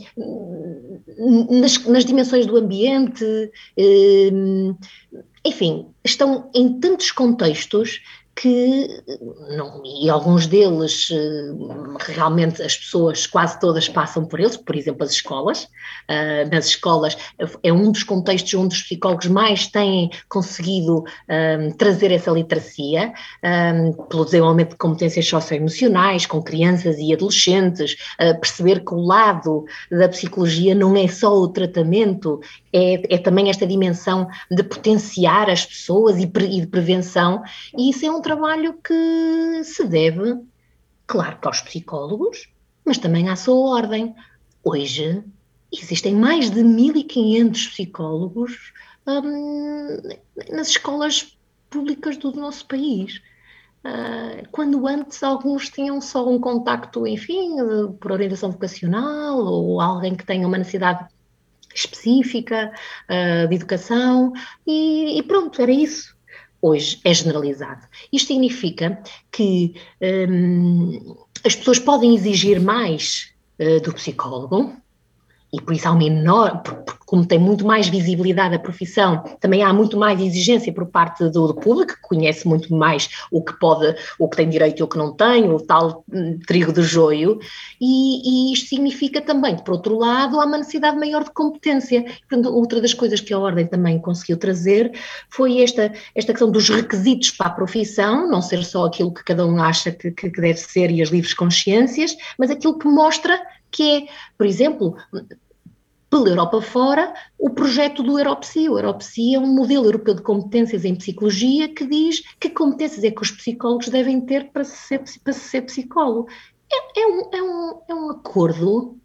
nas, nas dimensões do ambiente, um, enfim, estão em tantos contextos que, não, e alguns deles, realmente as pessoas, quase todas passam por eles, por exemplo, as escolas. Uh, nas escolas é um dos contextos onde os psicólogos mais têm conseguido um, trazer essa literacia, um, pelo desenvolvimento de competências socioemocionais com crianças e adolescentes, uh, perceber que o lado da psicologia não é só o tratamento, é, é também esta dimensão de potenciar as pessoas e, pre, e de prevenção, e isso é um trabalho que se deve, claro, que aos psicólogos, mas também à sua ordem. Hoje existem mais de mil e quinhentos psicólogos hum, nas escolas públicas do nosso país. Uh, quando antes alguns tinham só um contacto, enfim, por orientação vocacional, ou alguém que tenha uma necessidade específica uh, de educação, e, e pronto, era isso. Hoje é generalizado. Isto significa que hum, as pessoas podem exigir mais uh, do psicólogo, e por isso há uma enorme, porque como tem muito mais visibilidade a profissão, também há muito mais exigência por parte do, do público, que conhece muito mais o que pode, o que tem direito e o que não tem, o tal hum, trigo do joio, e, e isto significa também que, por outro lado, há uma necessidade maior de competência. Portanto, outra das coisas que a Ordem também conseguiu trazer foi esta, esta questão dos requisitos para a profissão, não ser só aquilo que cada um acha que, que deve ser e as livres consciências, mas aquilo que mostra que é, por exemplo, pela Europa fora, o projeto do Europsi. O Europsi é um modelo europeu de competências em psicologia que diz que competências é que os psicólogos devem ter para ser, para ser psicólogo. É, é, um, é, um, é um acordo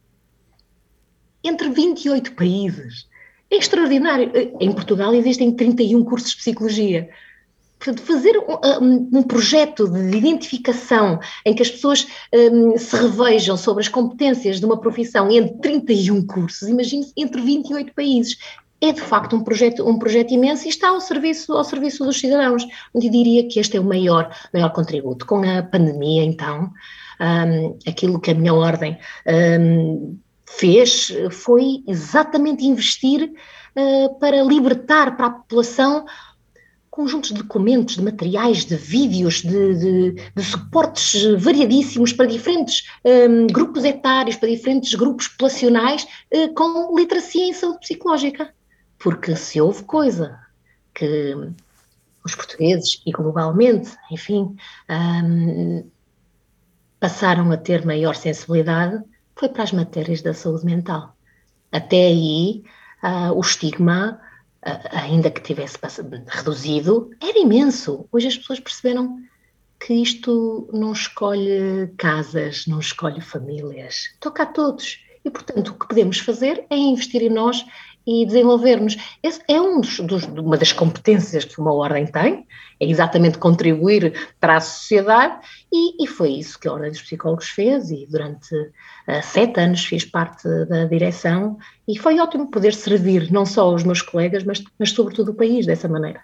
entre vinte e oito países. É extraordinário. Em Portugal existem trinta e um cursos de psicologia. Portanto, fazer um, um projeto de identificação em que as pessoas um, se revejam sobre as competências de uma profissão entre trinta e um cursos, imagine-se, entre vinte e oito países, é de facto um projeto, um projeto imenso e está ao serviço, ao serviço dos cidadãos. Eu diria que este é o maior, maior contributo. Com a pandemia, então, um, aquilo que a minha ordem um, fez foi exatamente investir uh, para libertar para a população conjuntos de documentos, de materiais, de vídeos, de, de, de suportes variadíssimos para diferentes um, grupos etários, para diferentes grupos populacionais, uh, com literacia em saúde psicológica. Porque se houve coisa que os portugueses e globalmente, enfim, um, passaram a ter maior sensibilidade, foi para as matérias da saúde mental. Até aí, uh, o estigma, ainda que tivesse reduzido, era imenso. Hoje as pessoas perceberam que isto não escolhe casas, não escolhe famílias, toca a todos. E, portanto, o que podemos fazer é investir em nós e desenvolvermos. Esse é um dos, dos, uma das competências que uma ordem tem, é exatamente contribuir para a sociedade, e, e foi isso que a Ordem dos Psicólogos fez, e durante uh, sete anos fiz parte da direção, e foi ótimo poder servir não só os meus colegas, mas, mas sobretudo o país dessa maneira.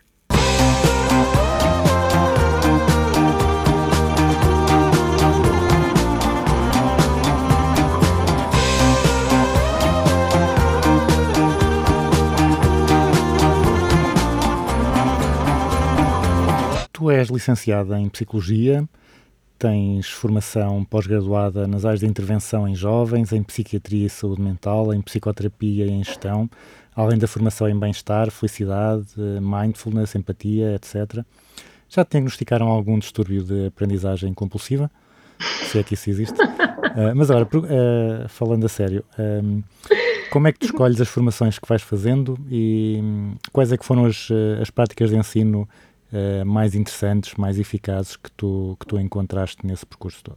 Tu és licenciada em Psicologia, tens formação pós-graduada nas áreas de intervenção em jovens, em Psiquiatria e Saúde Mental, em Psicoterapia e em Gestão, além da formação em Bem-Estar, Felicidade, Mindfulness, Empatia, etcétera. Já te diagnosticaram algum distúrbio de aprendizagem compulsiva? Se é que isso existe. Uh, mas agora, uh, falando a sério, um, como é que tu escolhes as formações que vais fazendo e um, quais é que foram as, as práticas de ensino Uh, mais interessantes, mais eficazes que tu, que tu encontraste nesse percurso todo?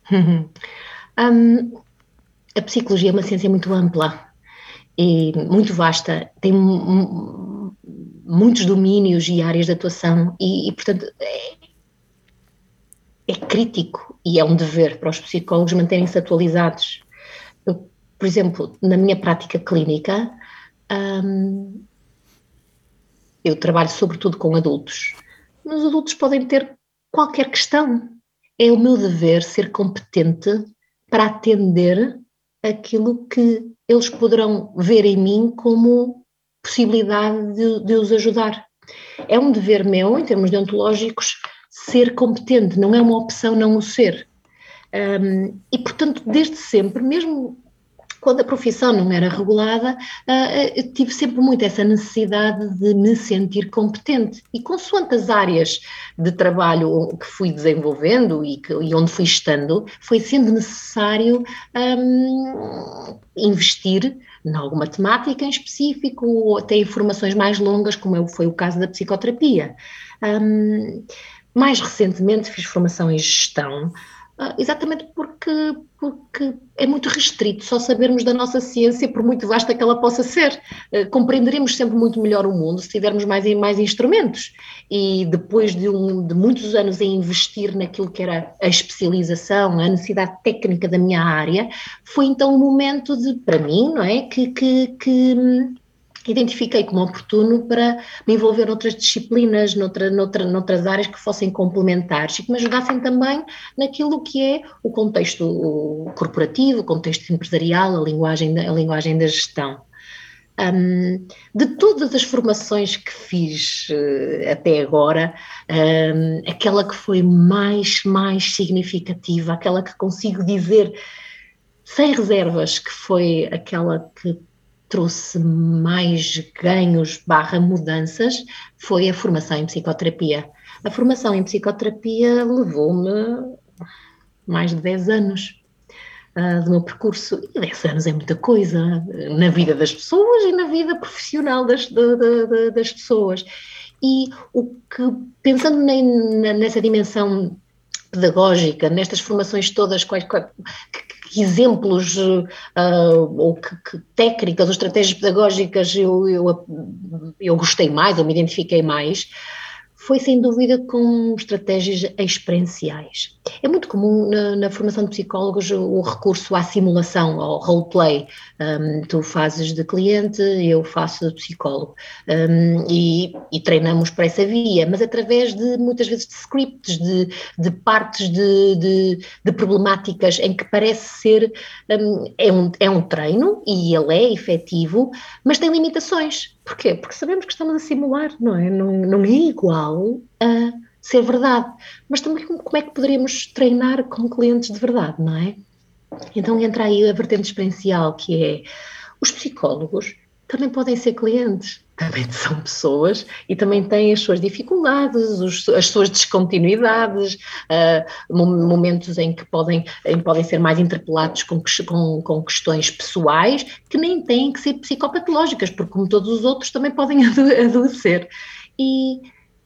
um, a psicologia é uma ciência muito ampla e muito vasta, tem m- muitos domínios e áreas de atuação e, e portanto, é, é crítico e é um dever para os psicólogos manterem-se atualizados. Eu, por exemplo, na minha prática clínica, um, eu trabalho sobretudo com adultos, mas os adultos podem ter qualquer questão. É o meu dever ser competente para atender aquilo que eles poderão ver em mim como possibilidade de, de os ajudar. É um dever meu, em termos deontológicos, ser competente, não é uma opção não o ser. Um, e, portanto, desde sempre, mesmo quando a profissão não era regulada, uh, eu tive sempre muito essa necessidade de me sentir competente. E consoante as áreas de trabalho que fui desenvolvendo e, que, e onde fui estando, foi sendo necessário um, investir em alguma temática em específico, ou até em formações mais longas, como foi o caso da psicoterapia. Um, mais recentemente fiz formação em gestão, Uh, exatamente porque, porque é muito restrito só sabermos da nossa ciência, por muito vasta que ela possa ser. Uh, compreenderemos sempre muito melhor o mundo se tivermos mais e mais instrumentos. E depois de, um, de muitos anos a investir naquilo que era a especialização, a necessidade técnica da minha área, foi então o momento de, para mim, não é, que... que, que identifiquei como oportuno para me envolver noutras disciplinas, noutra, noutra, noutras áreas que fossem complementares e que me ajudassem também naquilo que é o contexto corporativo, o contexto empresarial, a linguagem da, a linguagem da gestão. Um, de todas as formações que fiz uh, até agora, um, aquela que foi mais, mais significativa, aquela que consigo dizer sem reservas que foi aquela que trouxe mais ganhos barra mudanças, foi a formação em psicoterapia. A formação em psicoterapia levou-me mais de dez anos uh, do meu percurso, e dez anos é muita coisa na vida das pessoas e na vida profissional das, de, de, de, das pessoas. E o que, pensando na, nessa dimensão pedagógica, nestas formações todas, quais, quais, que, que exemplos uh, ou que, que técnicas ou estratégias pedagógicas eu, eu, eu gostei mais ou me identifiquei mais, foi sem dúvida com estratégias experienciais. É muito comum na, na formação de psicólogos o recurso à simulação, ao roleplay. Um, tu fazes de cliente, eu faço de psicólogo, um, e, e treinamos por essa via, mas através de muitas vezes de scripts, de, de partes de, de, de problemáticas em que parece ser, um, é, um, é um treino e ele é efetivo, mas tem limitações. Porquê? Porque sabemos que estamos a simular, não é? Não, não é igual a ser verdade. Mas também como é que poderíamos treinar com clientes de verdade, não é? Então entra aí a vertente experiencial, que é os psicólogos também podem ser clientes, também são pessoas e também têm as suas dificuldades, os, as suas descontinuidades, uh, momentos em que podem, em que podem ser mais interpelados com, com, com questões pessoais que nem têm que ser psicopatológicas, porque como todos os outros também podem adoecer. E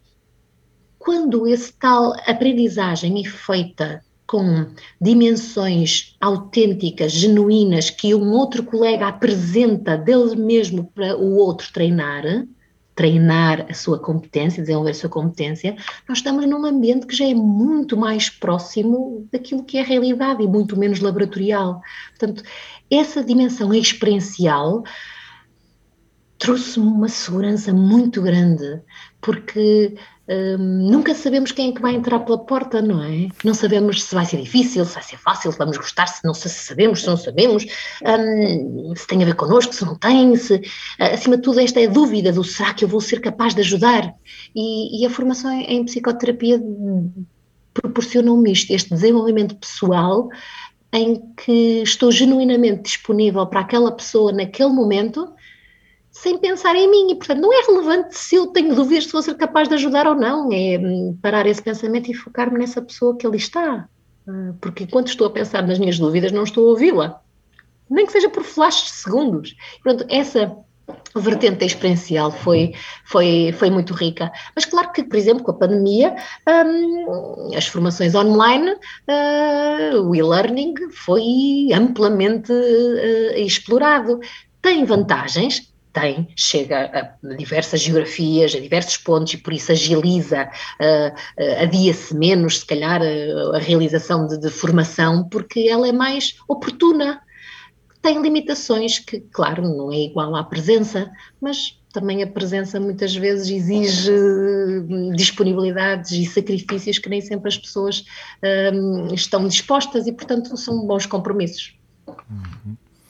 quando esse tal aprendizagem é feita com dimensões autênticas, genuínas, que um outro colega apresenta dele mesmo para o outro treinar, treinar a sua competência, desenvolver a sua competência, nós estamos num ambiente que já é muito mais próximo daquilo que é a realidade e muito menos laboratorial. Portanto, essa dimensão experiencial trouxe-me uma segurança muito grande, porque hum, nunca sabemos quem é que vai entrar pela porta, não é? Não sabemos se vai ser difícil, se vai ser fácil, se vamos gostar, se não se sabemos, se não sabemos, hum, se tem a ver connosco, se não tem, se, acima de tudo esta é a dúvida do será que eu vou ser capaz de ajudar? E, e a formação em psicoterapia proporciona-me isto, este desenvolvimento pessoal em que estou genuinamente disponível para aquela pessoa naquele momento, sem pensar em mim, e portanto não é relevante se eu tenho dúvidas se vou ser capaz de ajudar ou não, é parar esse pensamento e focar-me nessa pessoa que ali está, porque enquanto estou a pensar nas minhas dúvidas não estou a ouvi-la, nem que seja por flashes de segundos. Portanto, essa vertente experiencial foi, foi, foi muito rica, mas claro que, por exemplo, com a pandemia, hum, as formações online, uh, o e-learning foi amplamente uh, explorado. Tem vantagens, tem, chega a diversas geografias, a diversos pontos e por isso agiliza, uh, uh, adia-se menos, se calhar, uh, a realização de, de formação, porque ela é mais oportuna. Tem limitações que, claro, não é igual à presença, mas também a presença muitas vezes exige disponibilidades e sacrifícios que nem sempre as pessoas um, estão dispostas e, portanto, são bons compromissos. Uhum.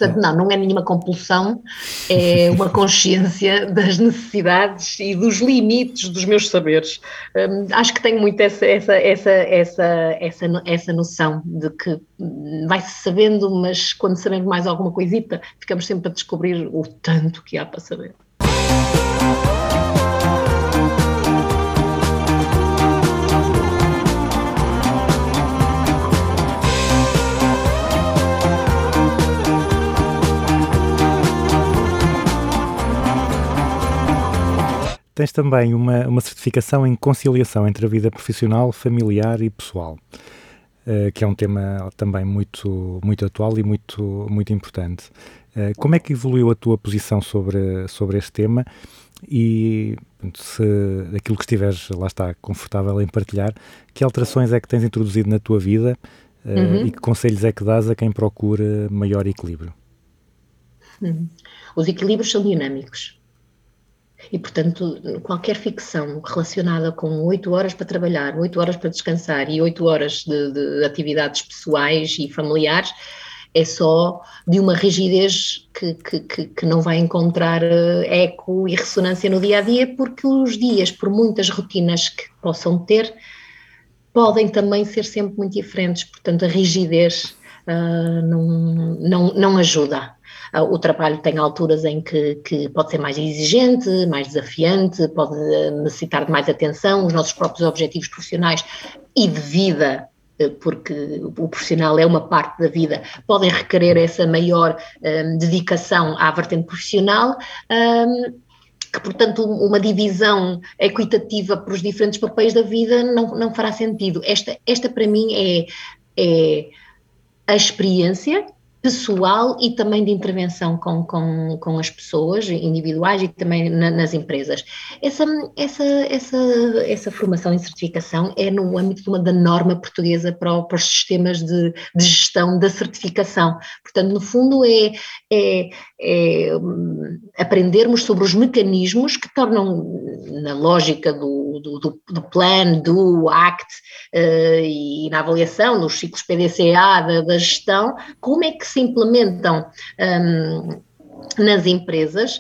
Portanto, não, não é nenhuma compulsão, é uma consciência das necessidades e dos limites dos meus saberes. Hum, acho que tenho muito essa, essa, essa, essa, essa, essa noção de que vai-se sabendo, mas quando sabemos mais alguma coisita, ficamos sempre a descobrir o tanto que há para saber. Tens também uma, uma certificação em conciliação entre a vida profissional, familiar e pessoal, uh, que é um tema também muito, muito atual e muito, muito importante. Uh, como é que evoluiu a tua posição sobre, sobre este tema e se aquilo que estiveres, lá está, confortável em partilhar, que alterações é que tens introduzido na tua vida uh, uhum. e que conselhos é que dás a quem procura maior equilíbrio? Hum. Os equilíbrios são dinâmicos. E, portanto, qualquer ficção relacionada com oito horas para trabalhar, oito horas para descansar e oito horas de, de atividades pessoais e familiares é só de uma rigidez que, que, que não vai encontrar eco e ressonância no dia-a-dia, porque os dias, por muitas rotinas que possam ter, podem também ser sempre muito diferentes. Portanto, a rigidez uh, não, não, não ajuda. O trabalho tem alturas em que, que pode ser mais exigente, mais desafiante, pode necessitar de mais atenção, os nossos próprios objetivos profissionais e de vida, porque o profissional é uma parte da vida, podem requerer essa maior um, dedicação à vertente profissional, um, que, portanto, uma divisão equitativa para os diferentes papéis da vida não, não fará sentido. Esta, esta para mim, é, é a experiência pessoal e também de intervenção com, com, com as pessoas individuais e também na, nas empresas. Essa, essa, essa, essa formação e certificação é no âmbito de uma, da norma portuguesa para, o, para os sistemas de, de gestão da certificação. Portanto, no fundo é, é, é aprendermos sobre os mecanismos que tornam, na lógica do, do, do, do plan, do act uh, e na avaliação dos ciclos P D C A da, da gestão, como é que se implementam um, nas empresas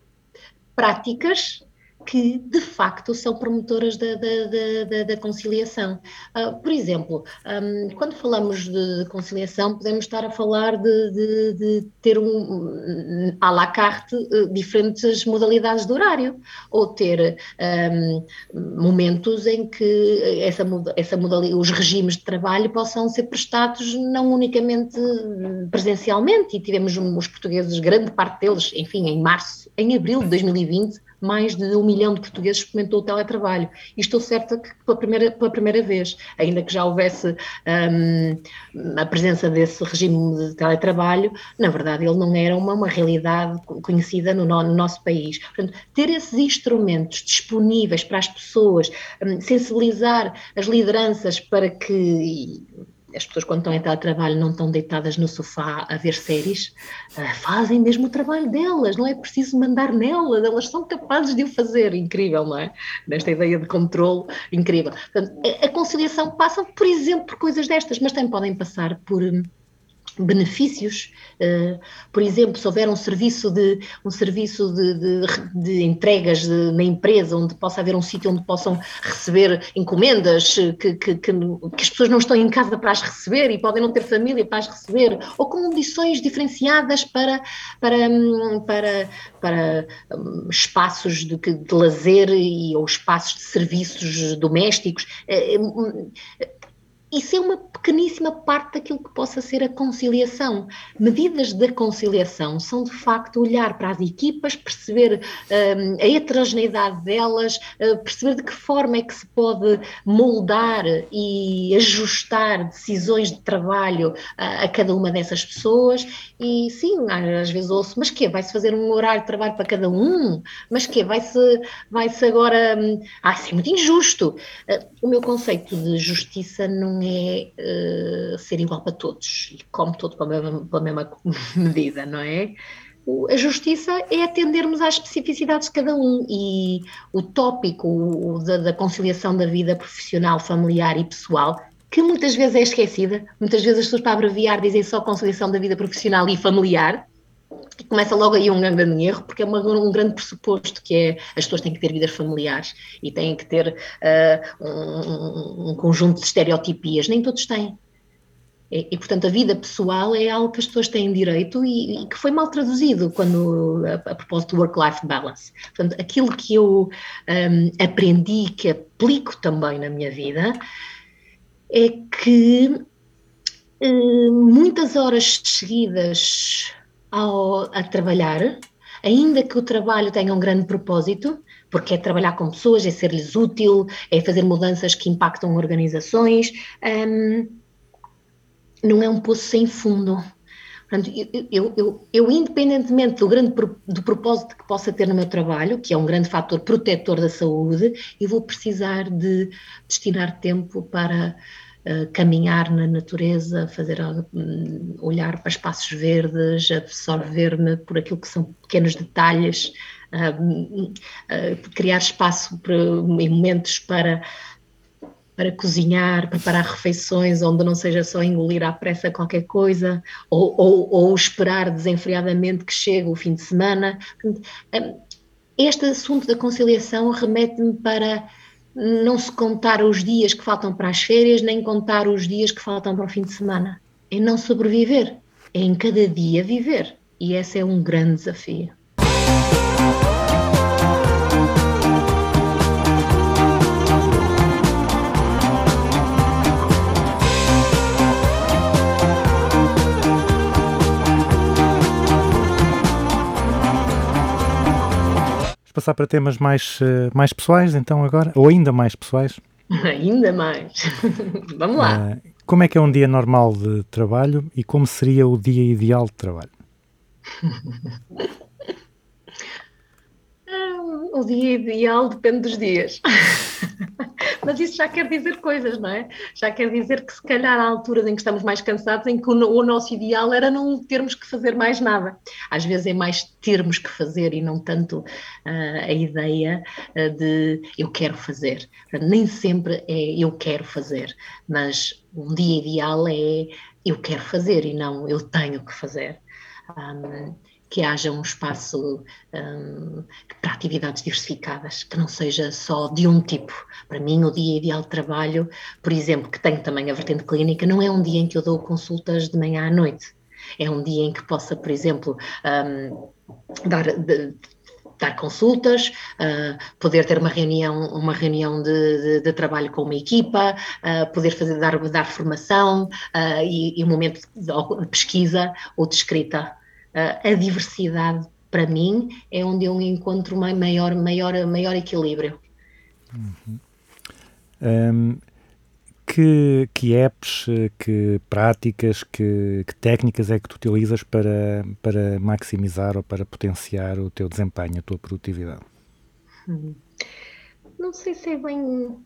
práticas que de facto são promotoras da, da, da, da conciliação. Uh, por exemplo, um, quando falamos de conciliação, podemos estar a falar de, de, de ter um, à la carte uh, diferentes modalidades de horário, ou ter um, momentos em que essa, essa modalidade, os regimes de trabalho possam ser prestados não unicamente presencialmente, e tivemos os portugueses, grande parte deles, enfim, em março, em abril de dois mil e vinte, mais de um milhão de portugueses experimentou o teletrabalho. E estou certa que pela primeira, pela primeira vez, ainda que já houvesse um, a presença desse regime de teletrabalho, na verdade ele não era uma, uma realidade conhecida no, no nosso país. Portanto, ter esses instrumentos disponíveis para as pessoas, um, sensibilizar as lideranças para que... As pessoas, quando estão em teletrabalho, não estão deitadas no sofá a ver séries, uh, fazem mesmo o trabalho delas, não é preciso mandar nelas, elas são capazes de o fazer. Incrível, não é? Nesta ideia de controle, incrível. Portanto, a, a conciliação passa, por exemplo, por coisas destas, mas também podem passar por um, benefícios. Uh, por exemplo, se houver um serviço de, um serviço de, de, de entregas de, na empresa, onde possa haver um sítio onde possam receber encomendas, que, que, que, que as pessoas não estão em casa para as receber e podem não ter família para as receber, ou com condições diferenciadas para, para, para, para um, espaços de, de lazer e, ou espaços de serviços domésticos. Uh, Isso é uma pequeníssima parte daquilo que possa ser a conciliação. Medidas da conciliação são, de facto, olhar para as equipas, perceber um, a heterogeneidade delas, uh, perceber de que forma é que se pode moldar e ajustar decisões de trabalho uh, a cada uma dessas pessoas. E sim, às vezes ouço, mas quê? Vai-se fazer um horário de trabalho para cada um? Mas quê? Vai-se, vai-se agora... Um... Ah, isso é muito injusto. Uh, o meu conceito de justiça não é uh, ser igual para todos e come todo pela mesma, pela mesma medida, não é? O, a justiça é atendermos às especificidades de cada um, e o tópico o, da, da conciliação da vida profissional, familiar e pessoal, que muitas vezes é esquecida, muitas vezes as pessoas, para abreviar, dizem só conciliação da vida profissional e familiar, Começa logo aí um grande erro, porque é uma, um grande pressuposto, que é as pessoas têm que ter vidas familiares e têm que ter uh, um, um conjunto de estereotipias. Nem todos têm. E, e, portanto, a vida pessoal é algo que as pessoas têm direito e, e que foi mal traduzido quando, a, a propósito do work-life balance. Portanto, aquilo que eu um, aprendi, que aplico também na minha vida, é que um, muitas horas seguidas ao, a trabalhar, ainda que o trabalho tenha um grande propósito, porque é trabalhar com pessoas, é ser-lhes útil, é fazer mudanças que impactam organizações, um, não é um poço sem fundo. Portanto, eu, eu, eu, eu, independentemente do grande do propósito que possa ter no meu trabalho, que é um grande fator protetor da saúde, eu vou precisar de destinar tempo para uh, caminhar na natureza, fazer um, olhar para espaços verdes, absorver-me por aquilo que são pequenos detalhes, uh, uh, criar espaço para, em momentos para para cozinhar, preparar refeições onde não seja só engolir à pressa qualquer coisa, ou, ou, ou esperar desenfreadamente que chegue o fim de semana. Este assunto da conciliação remete-me para não se contar os dias que faltam para as férias, nem contar os dias que faltam para o fim de semana. É não sobreviver, é em cada dia viver. E esse é um grande desafio. Passar para temas mais, mais pessoais, então, agora, ou ainda mais pessoais? Ainda mais. Vamos lá. Uh, como é que é um dia normal de trabalho e como seria o dia ideal de trabalho? O dia ideal depende dos dias. Mas isso já quer dizer coisas, não é? Já quer dizer que se calhar há alturas em que estamos mais cansados, em que o, o nosso ideal era não termos que fazer mais nada. Às vezes é mais termos que fazer e não tanto uh, a ideia uh, de eu quero fazer. Nem sempre é eu quero fazer, mas um dia ideal é eu quero fazer e não eu tenho que fazer. Um, que haja um espaço um, para atividades diversificadas, que não seja só de um tipo. Para mim, o dia ideal de trabalho, por exemplo, que tenho também a vertente clínica, não é um dia em que eu dou consultas de manhã à noite. É um dia em que possa, por exemplo, um, dar... De, dar consultas, uh, poder ter uma reunião, uma reunião de, de, de trabalho com uma equipa, uh, poder fazer, dar, dar formação uh, e, e um momento de pesquisa ou de escrita. Uh, a diversidade, para mim, é onde eu encontro uma maior, maior, maior equilíbrio. Uhum. Um, que, que apps, que práticas, que, que técnicas é que tu utilizas para, para maximizar ou para potenciar o teu desempenho, a tua produtividade? Hum. Não sei se é bem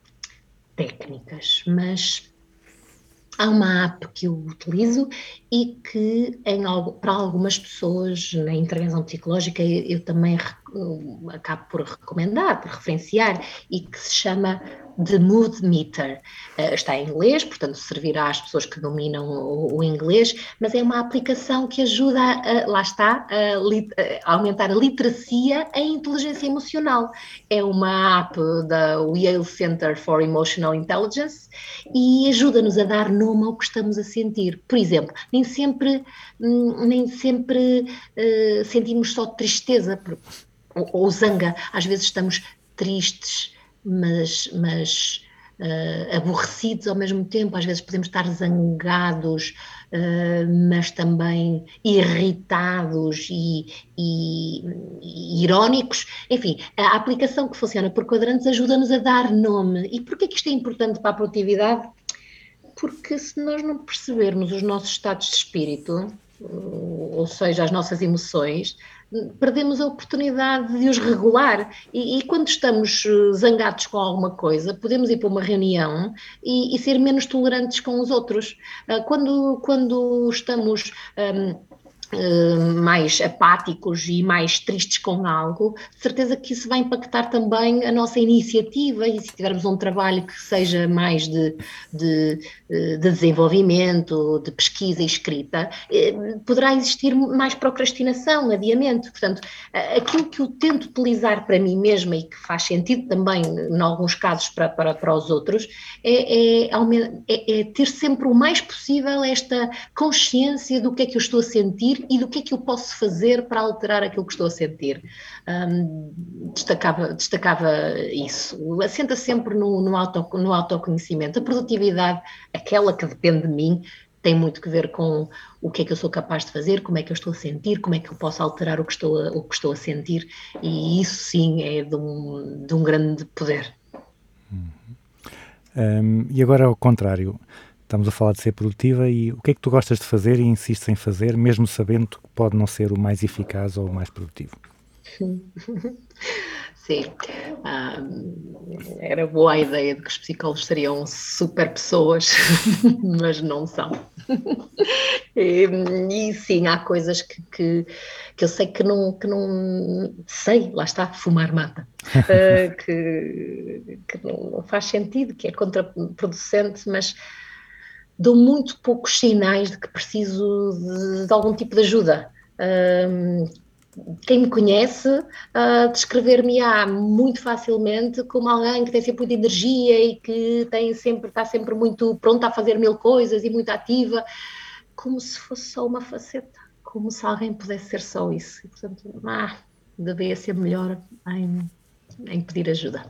técnicas, mas há uma app que eu utilizo e que em algo, para algumas pessoas na intervenção psicológica eu, eu também eu acabo por recomendar, por referenciar, e que se chama The Mood Meter. Uh, está em inglês, portanto servirá às pessoas que dominam o, o inglês, mas é uma aplicação que ajuda, a, lá está, a, a aumentar a literacia em inteligência emocional. É uma app da Yale Center for Emotional Intelligence e ajuda-nos a dar nome ao que estamos a sentir. Por exemplo, nem sempre, nem sempre uh, sentimos só tristeza ou, ou zanga, às vezes estamos tristes, mas, mas uh, aborrecidos ao mesmo tempo, às vezes podemos estar zangados, uh, mas também irritados e, e, e irónicos. Enfim, a aplicação que funciona por quadrantes ajuda-nos a dar nome. E porquê que isto é importante para a produtividade? Porque se nós não percebermos os nossos estados de espírito, ou seja, as nossas emoções, perdemos a oportunidade de os regular e, e quando estamos zangados com alguma coisa, podemos ir para uma reunião e, e ser menos tolerantes com os outros. Quando, quando estamos um, mais apáticos e mais tristes com algo, de certeza que isso vai impactar também a nossa iniciativa, e se tivermos um trabalho que seja mais de, de, de desenvolvimento, de pesquisa e escrita, poderá existir mais procrastinação, adiamento. Portanto, aquilo que eu tento utilizar para mim mesma e que faz sentido também, em alguns casos, para, para, para os outros, é, é, é, é ter sempre o mais possível esta consciência do que é que eu estou a sentir e do que é que eu posso fazer para alterar aquilo que estou a sentir. Um, destacava, destacava isso. Assenta sempre no, no, auto, no autoconhecimento. A produtividade, aquela que depende de mim, tem muito que ver com o que é que eu sou capaz de fazer, como é que eu estou a sentir, como é que eu posso alterar o que estou a, o que estou a sentir, e isso sim é de um, de um grande poder. Um, e agora ao contrário, estamos a falar de ser produtiva, e o que é que tu gostas de fazer e insistes em fazer, mesmo sabendo que pode não ser o mais eficaz ou o mais produtivo? Sim, ah, era boa a ideia de que os psicólogos seriam super pessoas, mas não são. E, e sim, há coisas que, que, que eu sei que não, que não sei, lá está, fumar mata, uh, que, que não faz sentido, que é contraproducente, mas dou muito poucos sinais de que preciso de, de algum tipo de ajuda. Uh, Quem me conhece uh, descrever-me-á muito facilmente como alguém que tem sempre muita energia e que tem sempre, está sempre muito pronta a fazer mil coisas e muito ativa, como se fosse só uma faceta, como se alguém pudesse ser só isso. E, portanto, ah, devia ser melhor em, em pedir ajuda.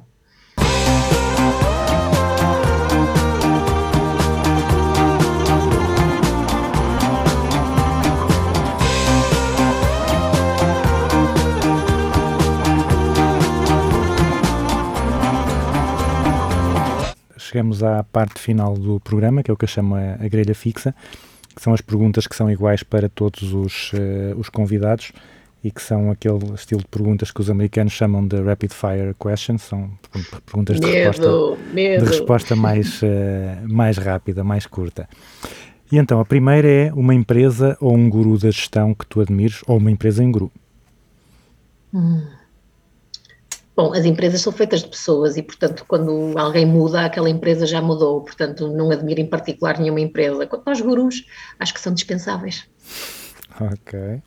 Chegamos à parte final do programa, que é o que eu chamo a, a grelha fixa, que são as perguntas que são iguais para todos os, uh, os convidados e que são aquele estilo de perguntas que os americanos chamam de rapid fire questions, são perguntas de medo, resposta, medo. De resposta mais, uh, mais rápida, mais curta. E então, a primeira é uma empresa ou um guru da gestão que tu admires, ou uma empresa em guru. Hum. Bom, as empresas são feitas de pessoas e, portanto, quando alguém muda, aquela empresa já mudou. Portanto, não admiro em particular nenhuma empresa. Quanto aos gurus, acho que são dispensáveis. Ok.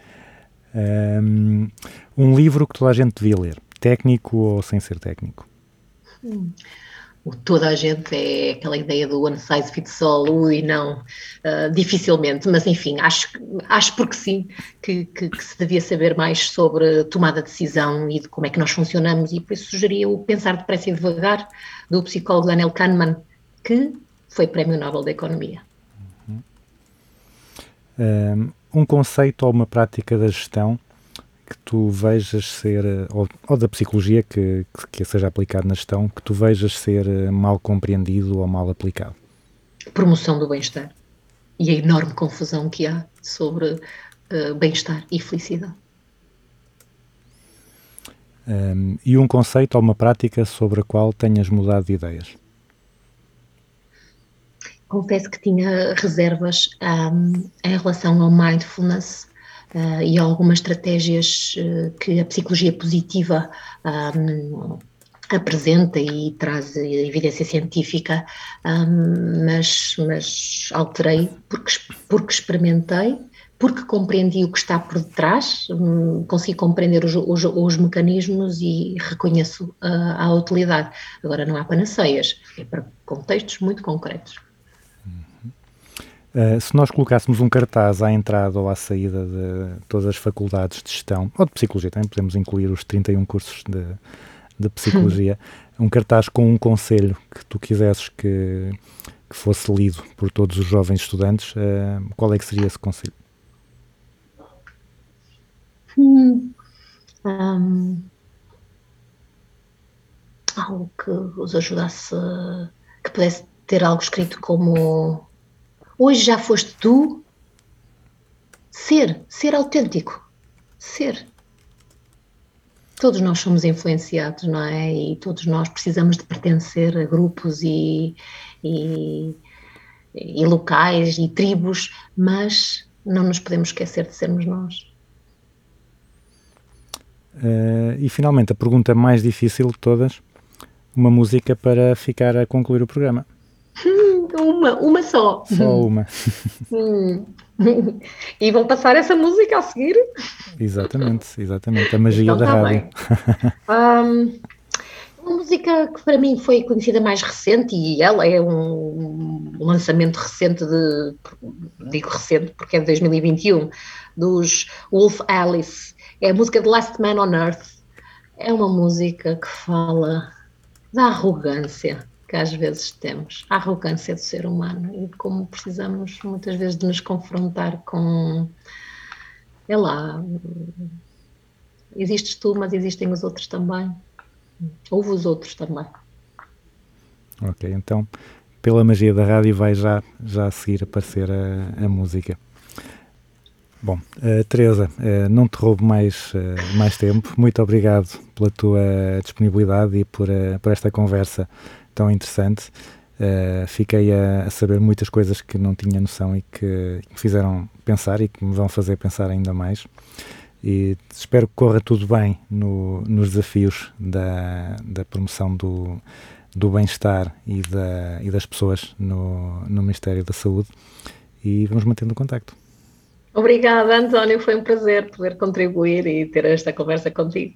Um, um livro que toda a gente devia ler, técnico ou sem ser técnico? Hum. Toda a gente é aquela ideia do one size fits all, ui, não, uh, dificilmente, mas enfim, acho, acho porque sim, que, que, que se devia saber mais sobre tomada de decisão e de como é que nós funcionamos, e por isso sugeria o Pensar Depressa e Devagar, do psicólogo Daniel Kahneman, que foi Prémio Nobel da Economia. Um, um conceito ou uma prática da gestão que tu vejas ser, ou, ou da psicologia que, que, que seja aplicado na gestão, que tu vejas ser mal compreendido ou mal aplicado? Promoção do bem-estar e a enorme confusão que há sobre uh, bem-estar e felicidade. Um, e um conceito ou uma prática sobre a qual tenhas mudado de ideias? Confesso que tinha reservas um, em relação ao mindfulness uh, e a algumas estratégias uh, que a psicologia positiva um, apresenta e traz evidência científica, um, mas, mas alterei porque, porque experimentei, porque compreendi o que está por detrás, um, consegui compreender os, os, os mecanismos e reconheço uh, a utilidade. Agora, não há panaceias, é para contextos muito concretos. Uh, se nós colocássemos um cartaz à entrada ou à saída de todas as faculdades de gestão, ou de psicologia, também podemos incluir os trinta e um cursos de, de psicologia, um cartaz com um conselho que tu quisesses que, que fosse lido por todos os jovens estudantes, uh, qual é que seria esse conselho? Hum, um, algo que os ajudasse, que pudesse ter algo escrito como: hoje já foste tu. Ser, ser autêntico, ser. Todos nós somos influenciados, não é? E todos nós precisamos de pertencer a grupos e, e, e locais e tribos, mas não nos podemos esquecer de sermos nós. Uh, e finalmente, a pergunta mais difícil de todas, uma música para ficar a concluir o programa. Hum, uma, uma só. Só uma. Hum. E vão passar essa música a seguir? Exatamente, exatamente, a magia então, da tá rádio. um, uma música que para mim foi conhecida mais recente, e ela é um lançamento recente de, digo recente porque é de dois mil e vinte e um, dos Wolf Alice, é a música de Last Man on Earth. É uma música que fala da arrogância que às vezes temos, a arrogância do ser humano e como precisamos muitas vezes de nos confrontar com, sei lá, existes tu, mas existem os outros também, houve os outros também. Ok, então pela magia da rádio vai já, já a seguir aparecer a, a música. Bom, uh, Teresa, uh, não te roubo mais, uh, mais tempo, muito obrigado pela tua disponibilidade e por, uh, por esta conversa tão interessante. Uh, fiquei a, a saber muitas coisas que não tinha noção e que, que me fizeram pensar e que me vão fazer pensar ainda mais. E espero que corra tudo bem no, nos desafios da, da promoção do, do bem-estar e, da, e das pessoas no, no Ministério da Saúde. E vamos mantendo o contacto. Obrigada, António. Foi um prazer poder contribuir e ter esta conversa contigo.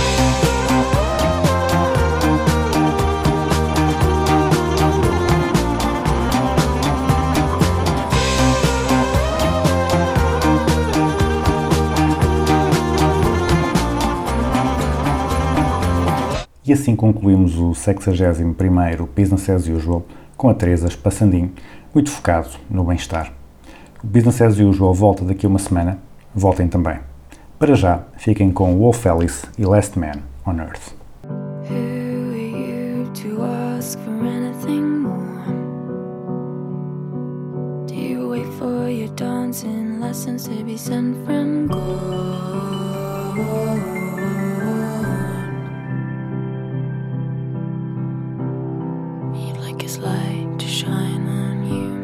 E assim concluímos o sexagésimo primeiro Business as Usual com a Teresa Spassandim, muito focado no bem-estar. O Business as Usual volta daqui a uma semana, voltem também. Para já, fiquem com Wolf Alice e Last Man on Earth. Who are you to ask for anything more? Do you wait for your dancing lessons to be sent from God? You'd like his light to shine on you.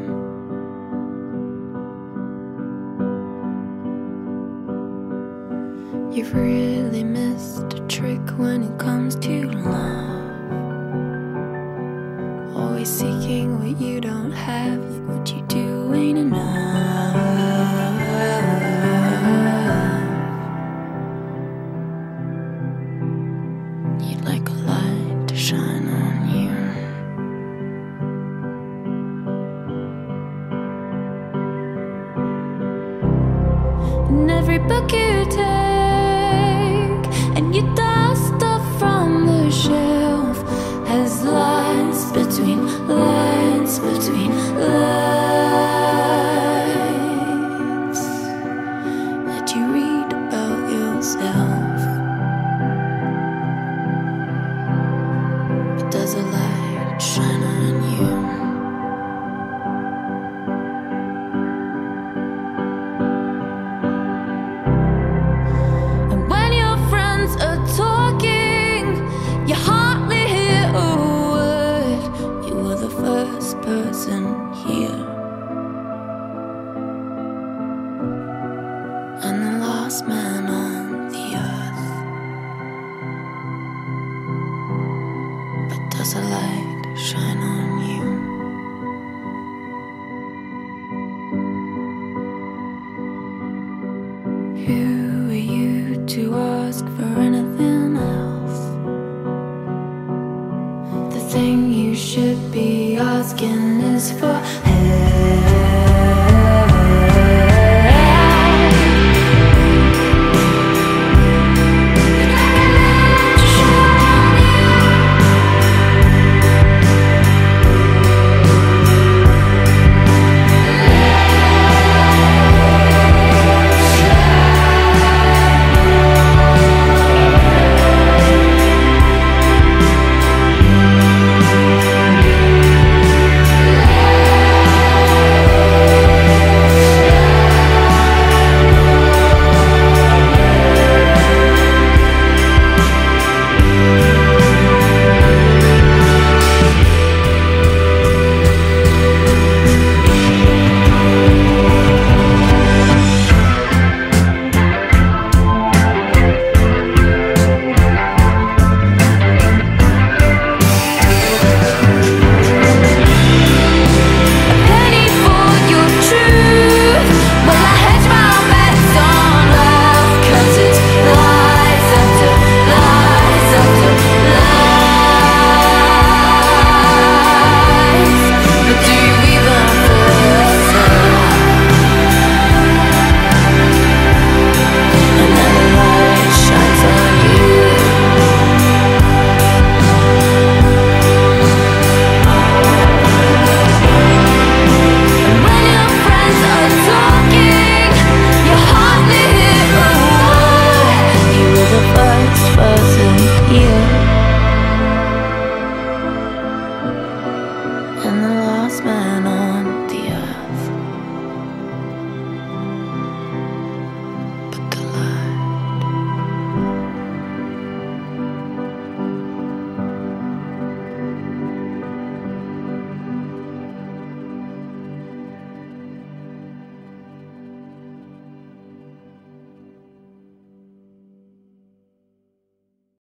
You've really missed a trick when it comes to love. Always seeking what you don't have, what you do ain't enough. You'd like a light to shine on you. In every book you take, and you dust off from the shelf, has lines between lines between lines that you read about yourself. But does a light shine on you? Does a light shine on you? Who are you to ask for anything else? The thing you should be asking is for